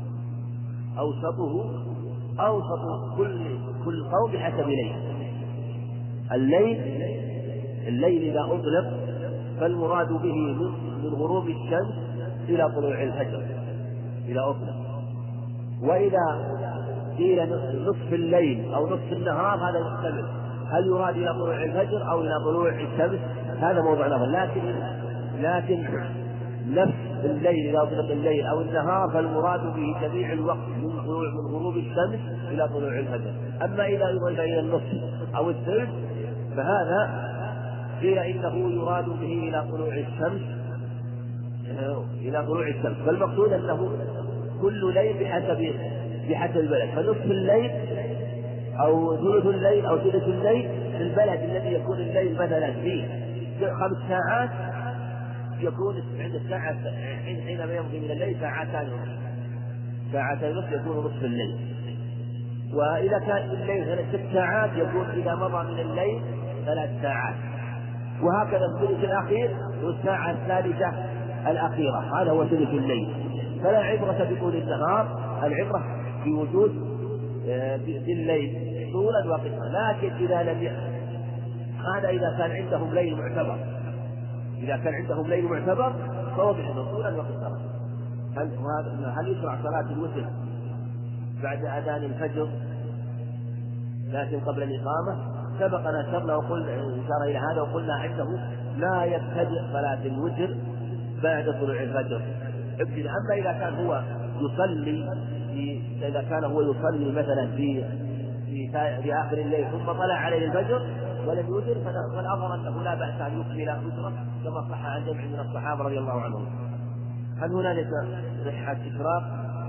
أوسطه أوسط كل كل قوم بحسب ليل. الليل الليل إذا أطلق فالمراد به من غروب الشمس إلى طلوع الفجر إذا أطلق. وإذا قيل نصف الليل أو نصف النهار هذا يحتمل، هل يراد إلى طلوع الفجر أو إلى طلوع الشمس؟ هذا موضوع نظر. لكن لكن نفس الليل إذا أطلق الليل أو النهار فالمراد به جميع الوقت من طلوع من غروب الشمس إلى طلوع الفجر. أما إذا أضيف إلى النصف أو الثلث فهذا قيل إنه يراد به إلى طلوع الشمس إلى طلوع الشمس. فالمقصود أنه كل ليل بحسب بحسب البلد، فنصف الليل أو ثلث الليل أو ثلث الليل في البلد الذي يكون الليل مثلا فيه خمس ساعات يكون عند الساعة حينما يمضي من الليل ساعتان ونصف ساعتان ونصف يكون نصف الليل. وإذا كان الليل ثلاث ست ساعات يكون إذا مضى من الليل ثلاث ساعات. وهكذا الثلث الأخير والساعة الثالثة الأخيرة هذا هو ثلث الليل. فلا عبرة بطول النهار، العبرة في وجود بالليل طولا وقصرا. لكن إذا لم ي... هذا إذا كان عندهم ليل معتبر إذا كان عندهم ليل معتبر فوضح طولا وقصرا. هل هل يشرع صلاة الوتر بعد أذان الفجر لكن قبل الإقامة؟ سبقنا اشرنا وقلنا إشارة إلى هذا وقلنا عنده لا يبتدئ صلاة الوتر بعد طلوع الفجر ابتداء. أما إذا كان هو يصلي في إذا كان هو يصلي مثلا في في, في آخر الليل ثم طلع عليه الفجر ولم يوتر فالأمر أنه لا بأس أن يكمل وتره كما صح عن جمع من الصحابة رضي الله عنهم. هل هنالك صحة إشراق؟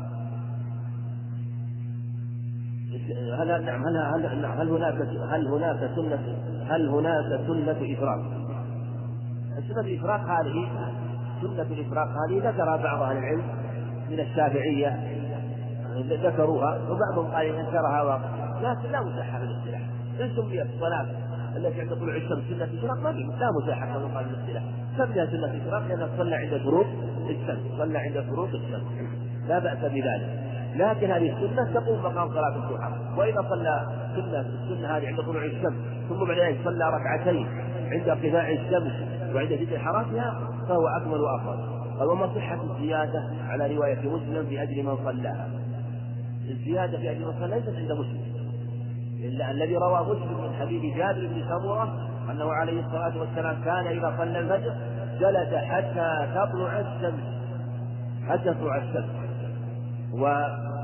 هل نعم هل هل هل هناك هل هناك سنة هل هناك سنة إشراق؟ سنة الإشراق هذه سنة الإشراق هذه ذكرها بعض أهل العلم من الشافعية ذكروها وبعضهم قال انكرها، لكن لا مساحة في الاصطلاح. إن سميت الصلاة التي عند طلوع الشمس سنة إشراق ما في لا مساحة كما قال الاصطلاح، سميها سنة إشراق لأنها تصلى عند غروب الشمس صلى عند غروب الشمس لا بأس بذلك. لكن هذه السنة تقوم مقام صلاة الضحى. وإذا صلى سنة السنة هذه عند طلوع الشمس ثم بعد ذلك صلى ركعتين عند ارتفاع الشمس وعند ذكر حركها فهو أكمل وأفضل. وما صحة الزيادة على رواية مسلم في أجل من صلاها؟ الزيادة في أجل من صلى ليست عند مسلم، إلا الذي روى مسلم من حديث جابر بن سمرة أنه عليه الصلاة والسلام كان إذا صلى الفجر جلس حتى تطلع الشمس حتى تطلع الشمس. و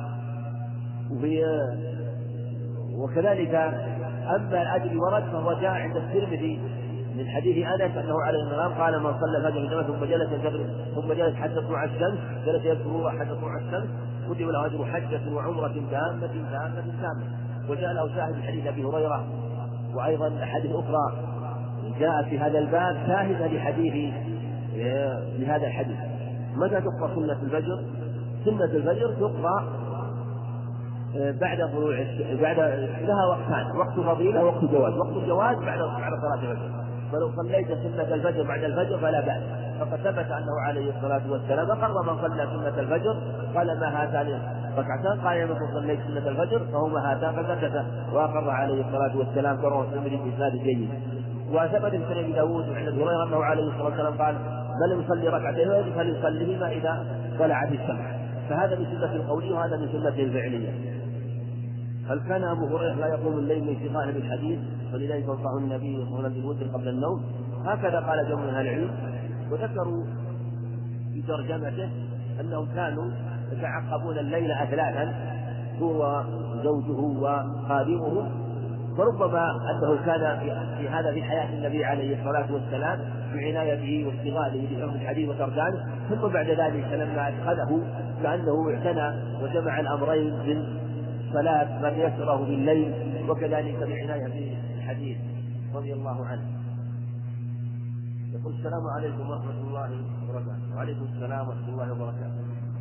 وكذلك أما الأجر ورد فهو جاء عند الترمذي من حديث أنس أنه عليه السلام قال: من صلى الفجر ثم جلس ثم جلس حتى تطلع الشمس جلس يذكر حتى تطلع الشمس كتب له أجر حجة وعمرة تامة تامة تامة. وجاء له شاهد حديث أبي هريرة وأيضا حديث أخرى جاء في هذا الباب شاهدا لحديث لهذا الحديث. متى تقرأ سنة الفجر؟ سنة الفجر تقرأ بعد طلوع بعد لها وقتان، وقت فضيلة ووقت جواز. وقت الجواز بعد بعد صلاة الفجر، فلو صليت سنة الفجر بعد الفجر فلا بأس، فقد ثبت أنه عليه الصلاة والسلام أقر من صلى سنة الفجر قال ما هاتان ركعتان، قال يوم صليت سنة الفجر فهما هاتان، فسكت وأقر عليه الصلاة والسلام كما الترمذي بإسناد جيد. وثبت في سنن داوود وعند ابي هريره انه عليه الصلاه والسلام قال من يصلي ركعتين فليصليهما اذا طلعت الشمس. فهذا من سنه القوليه وهذا من سنه الفعليه. هل كان ابو هريره لا يقوم الليل من اشتغاله بالحديث فلذلك انصحه النبي يقول بالوتر قبل النوم؟ هكذا قال جمع من اهل العلم، وذكروا في ترجمته انهم كانوا يتعقبون الليل اثلاثا هو وزوجه وخادمه، فربما أنه كان في هذا في حياة النبي عليه الصلاة والسلام بعنايته واشتغاله بحفظ الحديث وترجانه، ثم بعد ذلك لما أدخله كأنه اعتنى وجمع الأمرين من صلاة ما يسره بالليل وكذلك بعناية بالحديث رضي الله عنه. يقول السلام عليكم ورحمة الله وبركاته. وعليكم السلام ورحمة الله وبركاته.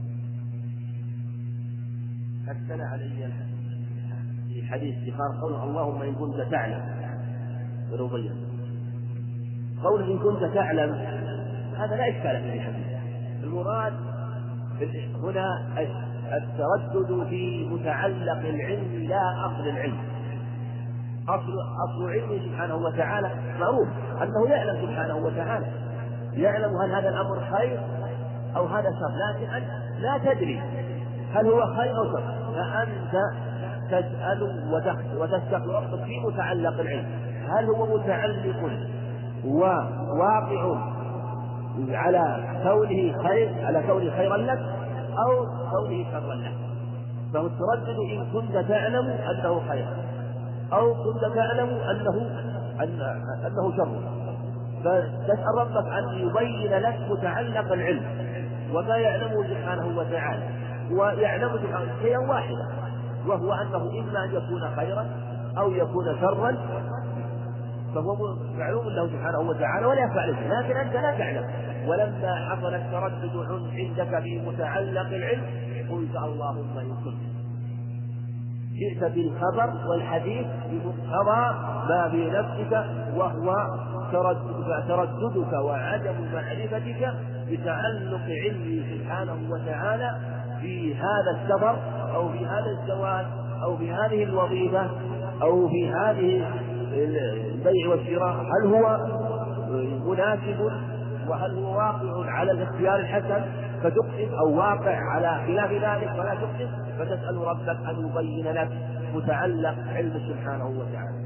أثنى علي في حديث استخار قول اللهم إن كنت تعلم ربيع، قول إن كنت تعلم هذا لا إشكال في الحديث. المراد هنا التردد في متعلق العلم لا أصل العلم. أصل أصل علمه سبحانه وتعالى معروف أنه يعلم سبحانه وتعالى، يعلم هل هذا الأمر خير أو هذا شر، لكن أنت لا تدري هل هو خير أو شر، فأنت تسأل وتستخلص في متعلق العلم هل هو متعلق وواقع على كونه خير على كونه خيرا لك أو كونه شرا لك. فهو التردد إن كنت تعلم أنه خير أو كنت تعلم أنه أنه شر، فتسأل ربك أن يبين لك متعلق العلم وما يعلمه سبحانه وتعالى، ويعلم سبحانه شيئا واحدا وهو أنه إما أن يكون خيرا أو يكون شرا، فهو معلوم له سبحانه وتعالى ولا يخفى عليه، لكن أنت لا تعلم. ولما حصل التردد عندك في متعلق العلم قلت اللهم إن كنت جئت بالخبر والحديث بمقتضى ما في نفسك، وهو ترددك, ترددك وعدم معرفتك بتعلق علمه سبحانه وتعالى في هذا السفر أو في هذا الزواج أو في هذه الوظيفة أو في هذه البيع والشراء، هل هو مناسب وهل هو واقع على الاختيار الحسن فتقسم أو واقع على خلاف ذلك فلا تقسم، فتسأل ربك أن يبين لك متعلق علم سبحانه وتعالى.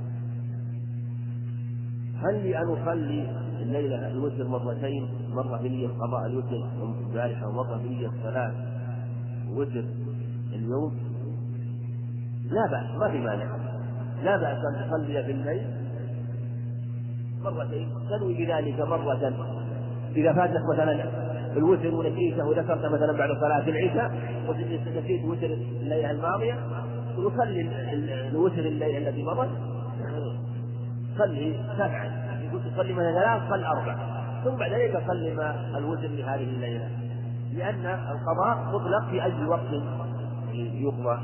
هل لي أن أصلي الليلة الوتر مرتين، مرة في نية قضاء الوتر البارحة ومرة في نية الصلاة وتر اليوم؟ لا بأس، ما في مانع، لا بأس أن تصلي في الليل مرتين، تنوي بذلك مرة إذا فاتك مثلا الوتر ونسيته وذكرت مثلا بعد صلاة العشاء ونسيت وتر الليلة الماضية وصلي الوتر الليلة التي مضت، صلي سبعا، يقول تصلي من ثلاث صل أربع، ثم بعد ذلك صلي ما الوتر لهذه الليلة، لأن القضاء مطلق في أي وقت يقضى.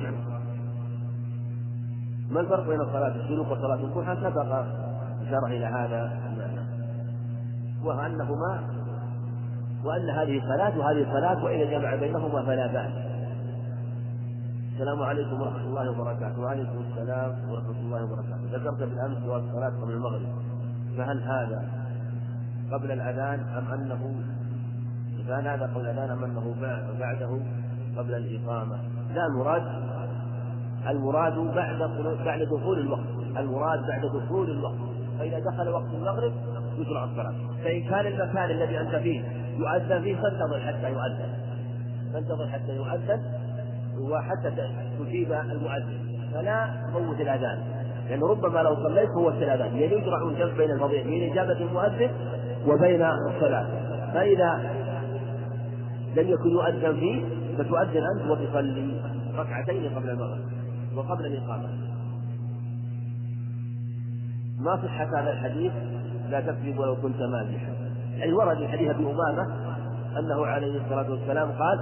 ما الفرق بين صلاة السلوك وصلاة الضحى؟ سبق إشارة إلى هذا المعنى، وأنهما وأن هذه صلاة وهذه صلاة، وإذا جمع بينهما فلا بأس. السلام عليكم ورحمة الله وبركاته. وعليكم السلام ورحمة الله وبركاته. ذكرت بالأمس جواز الصلاة قبل المغرب، فهل هذا قبل الأذان أم أنه فهل هذا قبل الأذان أم أنه بعده قبل الإقامة؟ لا، المراد المراد بعد بعد دخول الوقت، المراد بعد دخول الوقت، فإذا دخل وقت المغرب يشرع الصلاة. فإن كان المكان الذي أنت فيه يؤذن فيه فانتظر حتى يؤذن، فانتظر حتى يؤذن وحتى تجيب المؤذن، فلا تفوت الأذان، لأنه ربما لو صليت فوت الأذان، يعني يشرع الجمع بين الفضيل بين إجابة المؤذن وبين الصلاة. فإذا لم يكن يؤذن فيه فتؤذن أنت وتصلي ركعتين قبل المغرب وقبل الإقامة. ما صحة هذا الحديث لا تكذب ولو كنت مازحا. يعني ورد في حديث أبي أمامة أنه عليه الصلاة والسلام قال،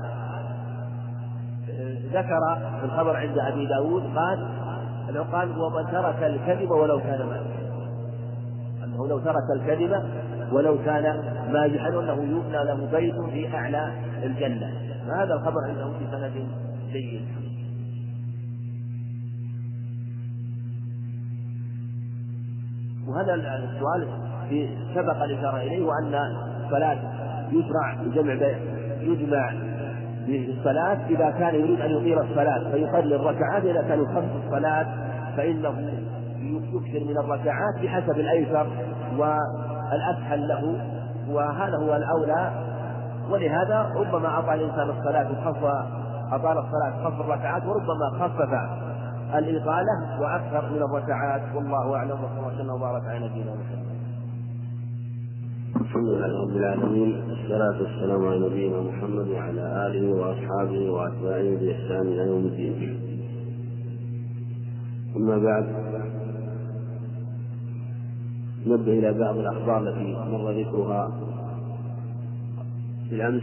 ذكر في الخبر عند أبي داود قال أنه قال ومن ترك الكذب ولو كان مازحا، أنه لو ترك الكذب ولو كان مازحا أنه يبنى له بيت في أعلى الجنة. هذا الخبر عنده في سند جيد. وهذا السؤال في سبق الإشارة إليه، وأن الصلاة يشرع يجمع يجمع بالصلاة إذا كان يريد أن يطيل الصلاة فيصلي الركعات، إذا كان يخفف الصلاة فإنه يكثر من الركعات بحسب الأيسر والأسهل له، وهذا هو الأولى. ولهذا ربما أطال الإنسان الصلاة وخف أطال الصلاة خف الركعات، وربما خفف الإطالة وأكثر من الركعات، والله أعلم. وصلى الله وسلم وبارك على نبينا محمد. الحمد لله رب العالمين، والصلاة والسلام على نبينا محمد وعلى آله وأصحابه وأتباعه بإحسان إلى يوم الدين. أما بعد، نبدأ إلى بعض الأخبار التي مر ذكرها بالأمس.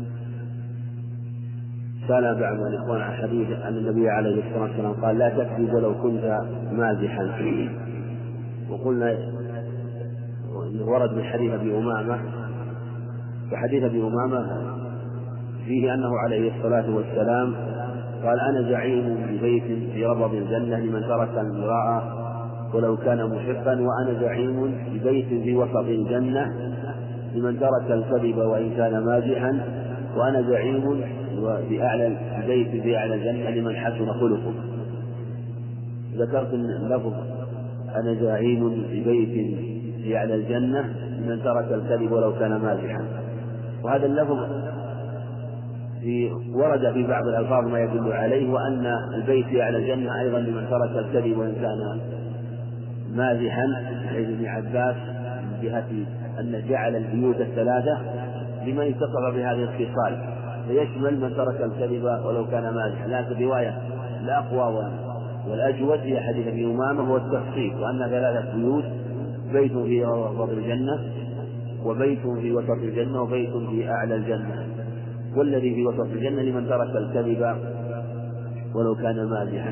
سأل بعض الإخوان عن حديث أن النبي عليه الصلاة والسلام قال لا تكذب ولو كنت مازحا، وقلنا ورد من حديث أبي أمامة، فحديث أبي أمامة فيه أنه عليه الصلاة والسلام قال أنا زعيم ببيت في ربض الجنة لمن ترك المراء ولو كان محقا، وأنا زعيم ببيت في وسط الجنة لمن ترك الكذب وإن كان مازحا، وأنا زعيم بأعلى البيت في أعلى الجنة لمن حسن خلقه. ذكرت اللفظ أنا زعيم ببيت في أعلى الجنة لمن ترك الكذب ولو كان مازحا، وهذا اللفظ في ورد في بعض الألفاظ ما يدل عليه، وأن البيت في أعلى الجنة أيضا لمن ترك الكذب وإن كان مازحا، حيث ابن عباس من جهة أن جعل البيوت الثلاثة لمن اتصف بهذه الخصال، فيشمل من ترك الكذب ولو كان مازحا. لكن الرواية الأقوى والأجود هي حديث ابن أمامة هو التخصيص، وأن ثلاثة بيوت، بيت في وسط الجنة، وبيت في وسط الجنة، وبيت في أعلى الجنة، والذي في وسط الجنة لمن ترك الكذب ولو كان مازحا.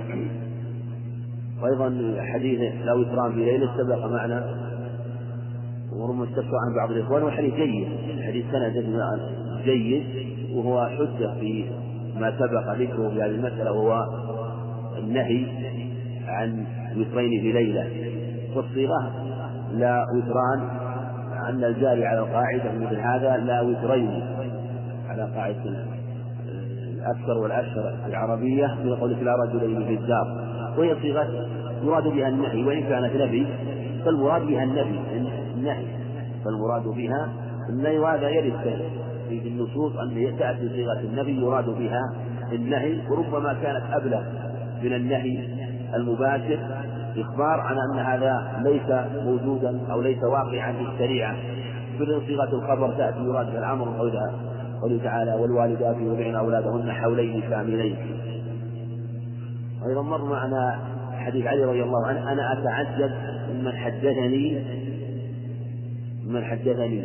وأيضا حديث لا وتران في ليلة سبق معنا وربما استفسر عن بعض الإخوان، وحديث جيد، حديث سند جيد، وهو حجة في ما سبق ذكره في هذه المسألة، وهو النهي عن وترين في ليلة، والصيغة لا وتران، أن الجاري على القاعدة مثل هذا لا وترين على قاعدة الأكثر والأشهر العربية من قولك لا رجلين في الدار، وهي صيغة يراد بها النهي، وإن كانت نفي فالمراد بها النفي النهي فالمراد بها النهي، وهذا يرد في النصوص أن تأتي صيغة النفي يراد بها النهي، وربما كانت أبلغ من النهي المباشر، إخبار عن أن هذا ليس موجودا أو ليس واقعا في الشريعة. في صيغة الخبر تأتي يراد بها الأمر، قوله تعالى والوالدات يرضعن أولادهن حولين كاملين. أيضا مر معنا حديث علي رضي الله عنه أنا أتعجب ممن حدثني من حدثني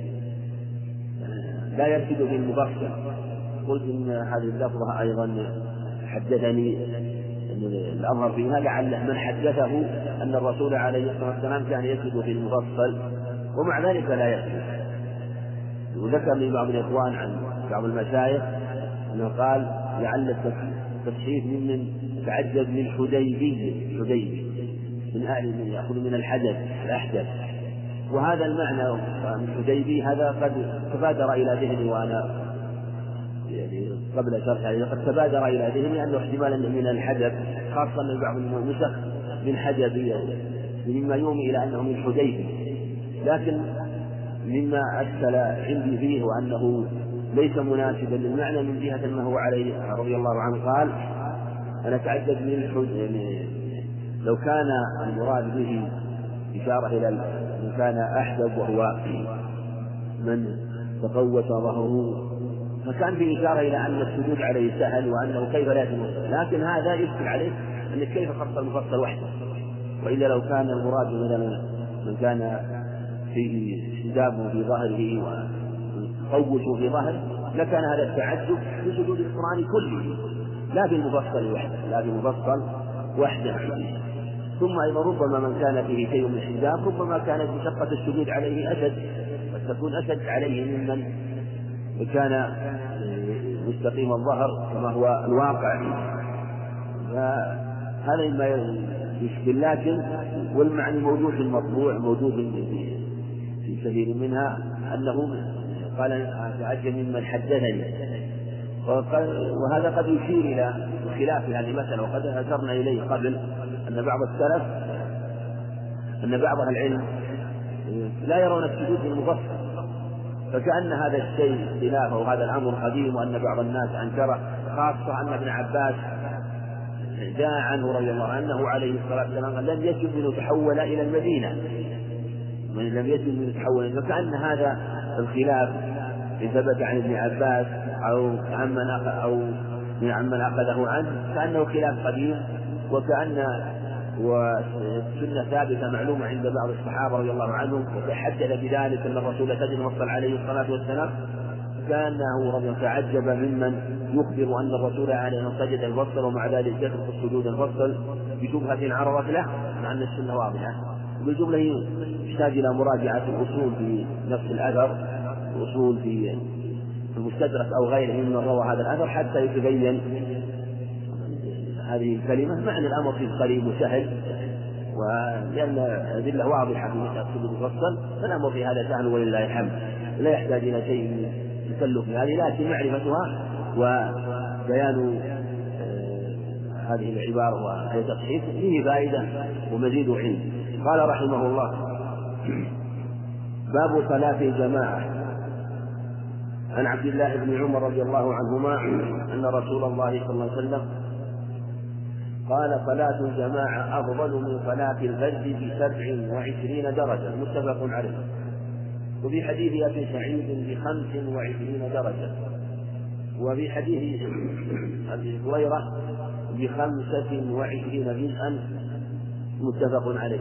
لا يرشد بالمبصر. قلت إن هذه اللفظة أيضا حدثني الأمر فيها لعله من حدثه أن الرسول عليه الصلاة والسلام كان يسجد في المفصل ومع ذلك لا يسجد. وذكر لي بعض الإخوان عن بعض المشايخ أنه قال لعل التصحيح ممن تعجب من حديبي حديبي من أهل من يأخذ من الحدث الأحدث، وهذا المعنى من حديبي هذا قد تبادر إلى ذهني وأنا يعني قبل شرحه قد تبادر إلى ذهني أنه احتمال من الحدث، خاصة من بعض النسخ من حدث مما يومي إلى أنه من حديبي، لكن مما أشكل عندي فيه وأنه ليس مناسبا للمعنى من جهة أنه عليه رضي الله عنه قال أنا أتعجب من يعني لو كان المراد به إشارة إلى من كان أحدب وهو من تقوت ظهره فكان في إشارة إلى أن السجود عليه سهل وأنه كيف لا يتم، لكن هذا يشكل عليه أن كيف خص المفصل وحده، وإلا لو كان المراد مثلا من كان في شدابه في ظهره وقوسه في ظهره لكان هذا التعجب في سجود القرآن كله لا في المفصل وحده لا في المفصل وحده. ثم أيضا ربما من كان فيه شيء من الشداب ربما كانت مشقة السجود عليه أشد قد تكون أشد عليه ممن كان مستقيم الظهر كما هو الواقع. فهذا مما يشكل، لكن والمعنى موجود في المطبوع موجود في كثير منها أنه قال تعجب ممن حدثني، وهذا قد يشير إلى خلاف هذه المسألة. وقد أشرنا إليه قبل أن بعض السلف أن بعض أهل العلم لا يرون السجود في المفصل، فكأن هذا الشيء خلافه وهذا الأمر قديم وأن بعض الناس أنكره، خاصة أن ابن عباس جاء عنه رضي الله عنه أنه عليه الصلاة والسلام لم يجب من يتحول إلى المدينة لم يجب من يتحول، فكأن هذا الخلاف إن ثبت عن ابن عباس أو عمن أو من عمن أخذه عنه كأنه خلاف قديم، وكأن وسنة ثابتة معلومة عند بعض الصحابة رضي الله عنهم وتحدث بذلك أن الرسول سجد وصل عليه الصلاة والسلام، كأنه رضي الله تعجب ممن يخبر أن الرسول عليه سجد الفصل ومع ذلك يترك السجود الفصل بشبهة عرضت له مع أن السنة واضحة. بالجملة يحتاج إلى مراجعة الأصول في نفس الأثر، الأصول في المستدرك أو غيره ممن روى هذا الأثر حتى يتبين هذه الكلمة معنى الأمر فيه قريب وسهل، ولأن الأدلة واضحة في مسألة السجود المفصل فالأمر في هذا سهل ولله الحمد، لا يحتاج إلى شيء يكلف في هذه، لكن معرفتها وبيان هذه العبارة وهي تصحيح فيه فائدة ومزيد علم. قال رحمه الله: باب صلاة الجماعة. عن عبد الله بن عمر رضي الله عنهما أن رسول الله صلى الله عليه وسلم قال: صلاة الجماعة أفضل من صلاة الفرد بسبع وعشرين درجة، متفق عليه. وفي حديث أبي سعيد بخمس وعشرين درجة، وفي حديث أبي هريرة بخمسة وعشرين جزءا، متفق عليه.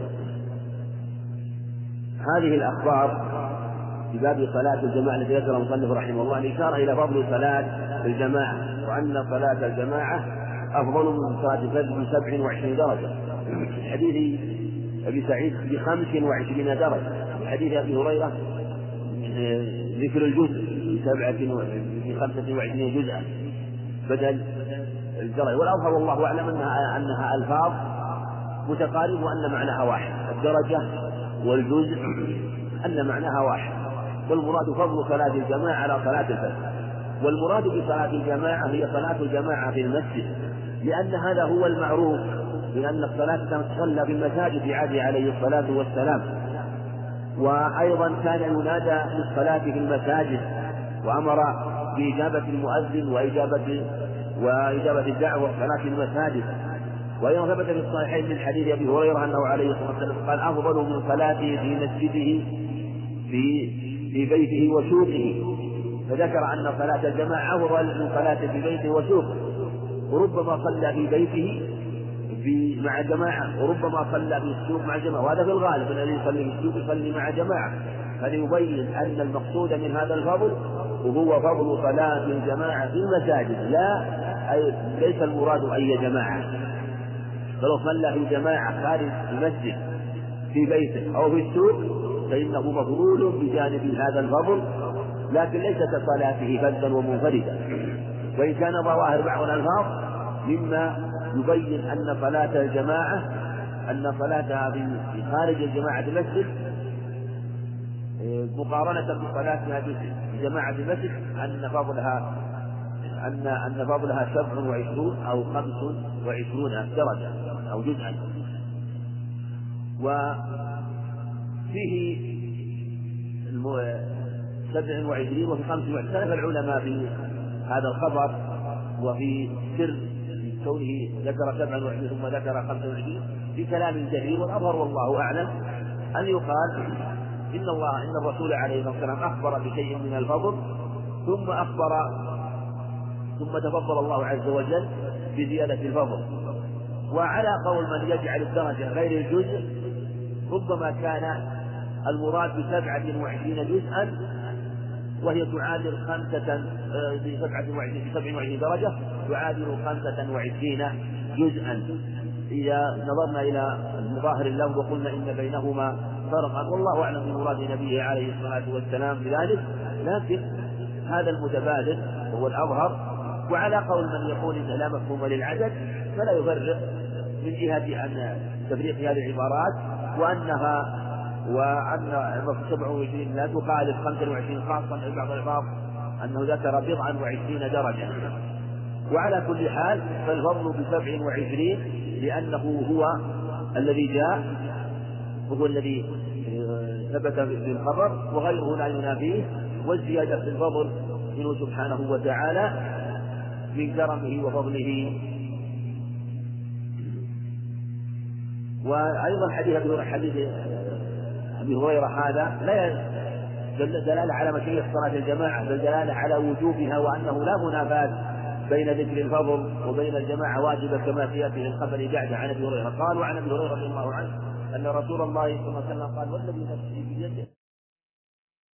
هذه الأخبار في باب صلاة الجماعة التي ذكرها المصنف رحمه الله الإشارة إلى فضل صلاة الجماعة، وأن صلاة الجماعة أفضل من صلاة الفرد بسبع وعشرين درجة. في حديث أبي سعيد بخمس وعشرين درجة، في حديث أبي هريرة ذكر الجزء بسبعة بخمسة وعشرين جزءا بدل الدرجة. والأظهر والله أعلم أنها أنها ألفاظ متقاربة وأن معناها واحد، الدرجة والجزء أن معناها واحد، والمراد فضل صلاة الجماعة على صلاة الفرد. والمراد بصلاة الجماعة هي صلاة الجماعة في المسجد، لأن هذا هو المعروف بأن الصلاة كانت تصلى في المساجد في عهده عليه الصلاة والسلام. وأيضا كان ينادى للصلاة في المساجد، وأمر بإجابة المؤذن وإجابة وإجابة الدعوة والصلاة في المساجد. وأيضا ثبت في الصحيحين من حديث أبي هريرة أنه عليه الصلاة والسلام قال: أفضل من صلاته في مسجده في في بيته وسوقه، فذكر أن صلاة الجماعة أفضل من صلاته في بيته وسوقه. وربما صلى في بيته في مع جماعة، وربما صلى في السوق مع جماعة، وهذا في الغالب الذي يصلي في السوق يصلي مع جماعة. فليبين أن المقصود من هذا الفضل وهو فضل صلاة الجماعة في المساجد، لا أي ليس المراد أي جماعة. فلو صلى في جماعة خارج المسجد في بيته أو في السوق فإنه مفضول بجانب هذا الفضل، لكن ليس كصلاته فردا ومنفردا. وإن كان ظواهر بعض الألفاظ مما يبين أن صلاة الجماعة أن صلاتها في خارج الجماعة المسجد مقارنة بصلاتها في جماعة المسجد أن فضلها أن أن فضلها سبع وعشرون أو خمس وعشرون درجة أو جزءا. وفيه سبع وعشرين وفي خمس وعشرين. اختلف العلماء في هذا الخبر وفي سر كونه ذكر سبعا وعشرين ثم ذكر خمسة وعشرين في كلام كثير، والأظهر والله أعلم أن يقال إن الله إن الرسول عليه الصلاة والسلام أخبر بشيء من الفضل ثم أخبر ثم تفضل الله عز وجل بزيادة الفضل. وعلى قول من يجعل الدرجة غير الجزء ربما كان المراد بسبعة وعشرين جزءا، وهي تعادل خمسة بسبعة وعشرين بسبع وعشرين درجة تعادل خمسة وعشرين جزءا. إذا نظرنا إلى مظاهر اللفظ وقلنا إن بينهما فرقا، والله أعلم بمراد نبيه عليه الصلاة والسلام بذلك، لكن هذا المتبادل هو الأظهر. وعلى قول من يقول إن لا مفهوم للعدد فلا يفرق من جهة أن تفريق هذه العبارات، وأنها وأن سبع وعشرين لا تخالف خمسة وعشرين، خاصة في بعض الألفاظ أنه ذكر بضعا وعشرين درجة. وعلى كل حال فالفضل بسبع وعشرين لأنه هو الذي جاء، هو الذي ثبت في الخبر وغيره لا ينافيه، والزيادة في الفضل منه سبحانه وتعالى من كرمه وفضله. وأيضا حديث حديث أبي هريرة هذا لا دلالة على مشروعية صلاة الجماعة، بل دلالة على وجوبها، وأنه لا منافاة بين ذكر الفضل وبين الجماعة واجبة كما سيأتي في الخبر بعد. عن أبي هريرة قال: وعن أبي هريرة رضي الله عنه أن رسول الله صلى الله عليه وسلم قال: والذي نفسي بيده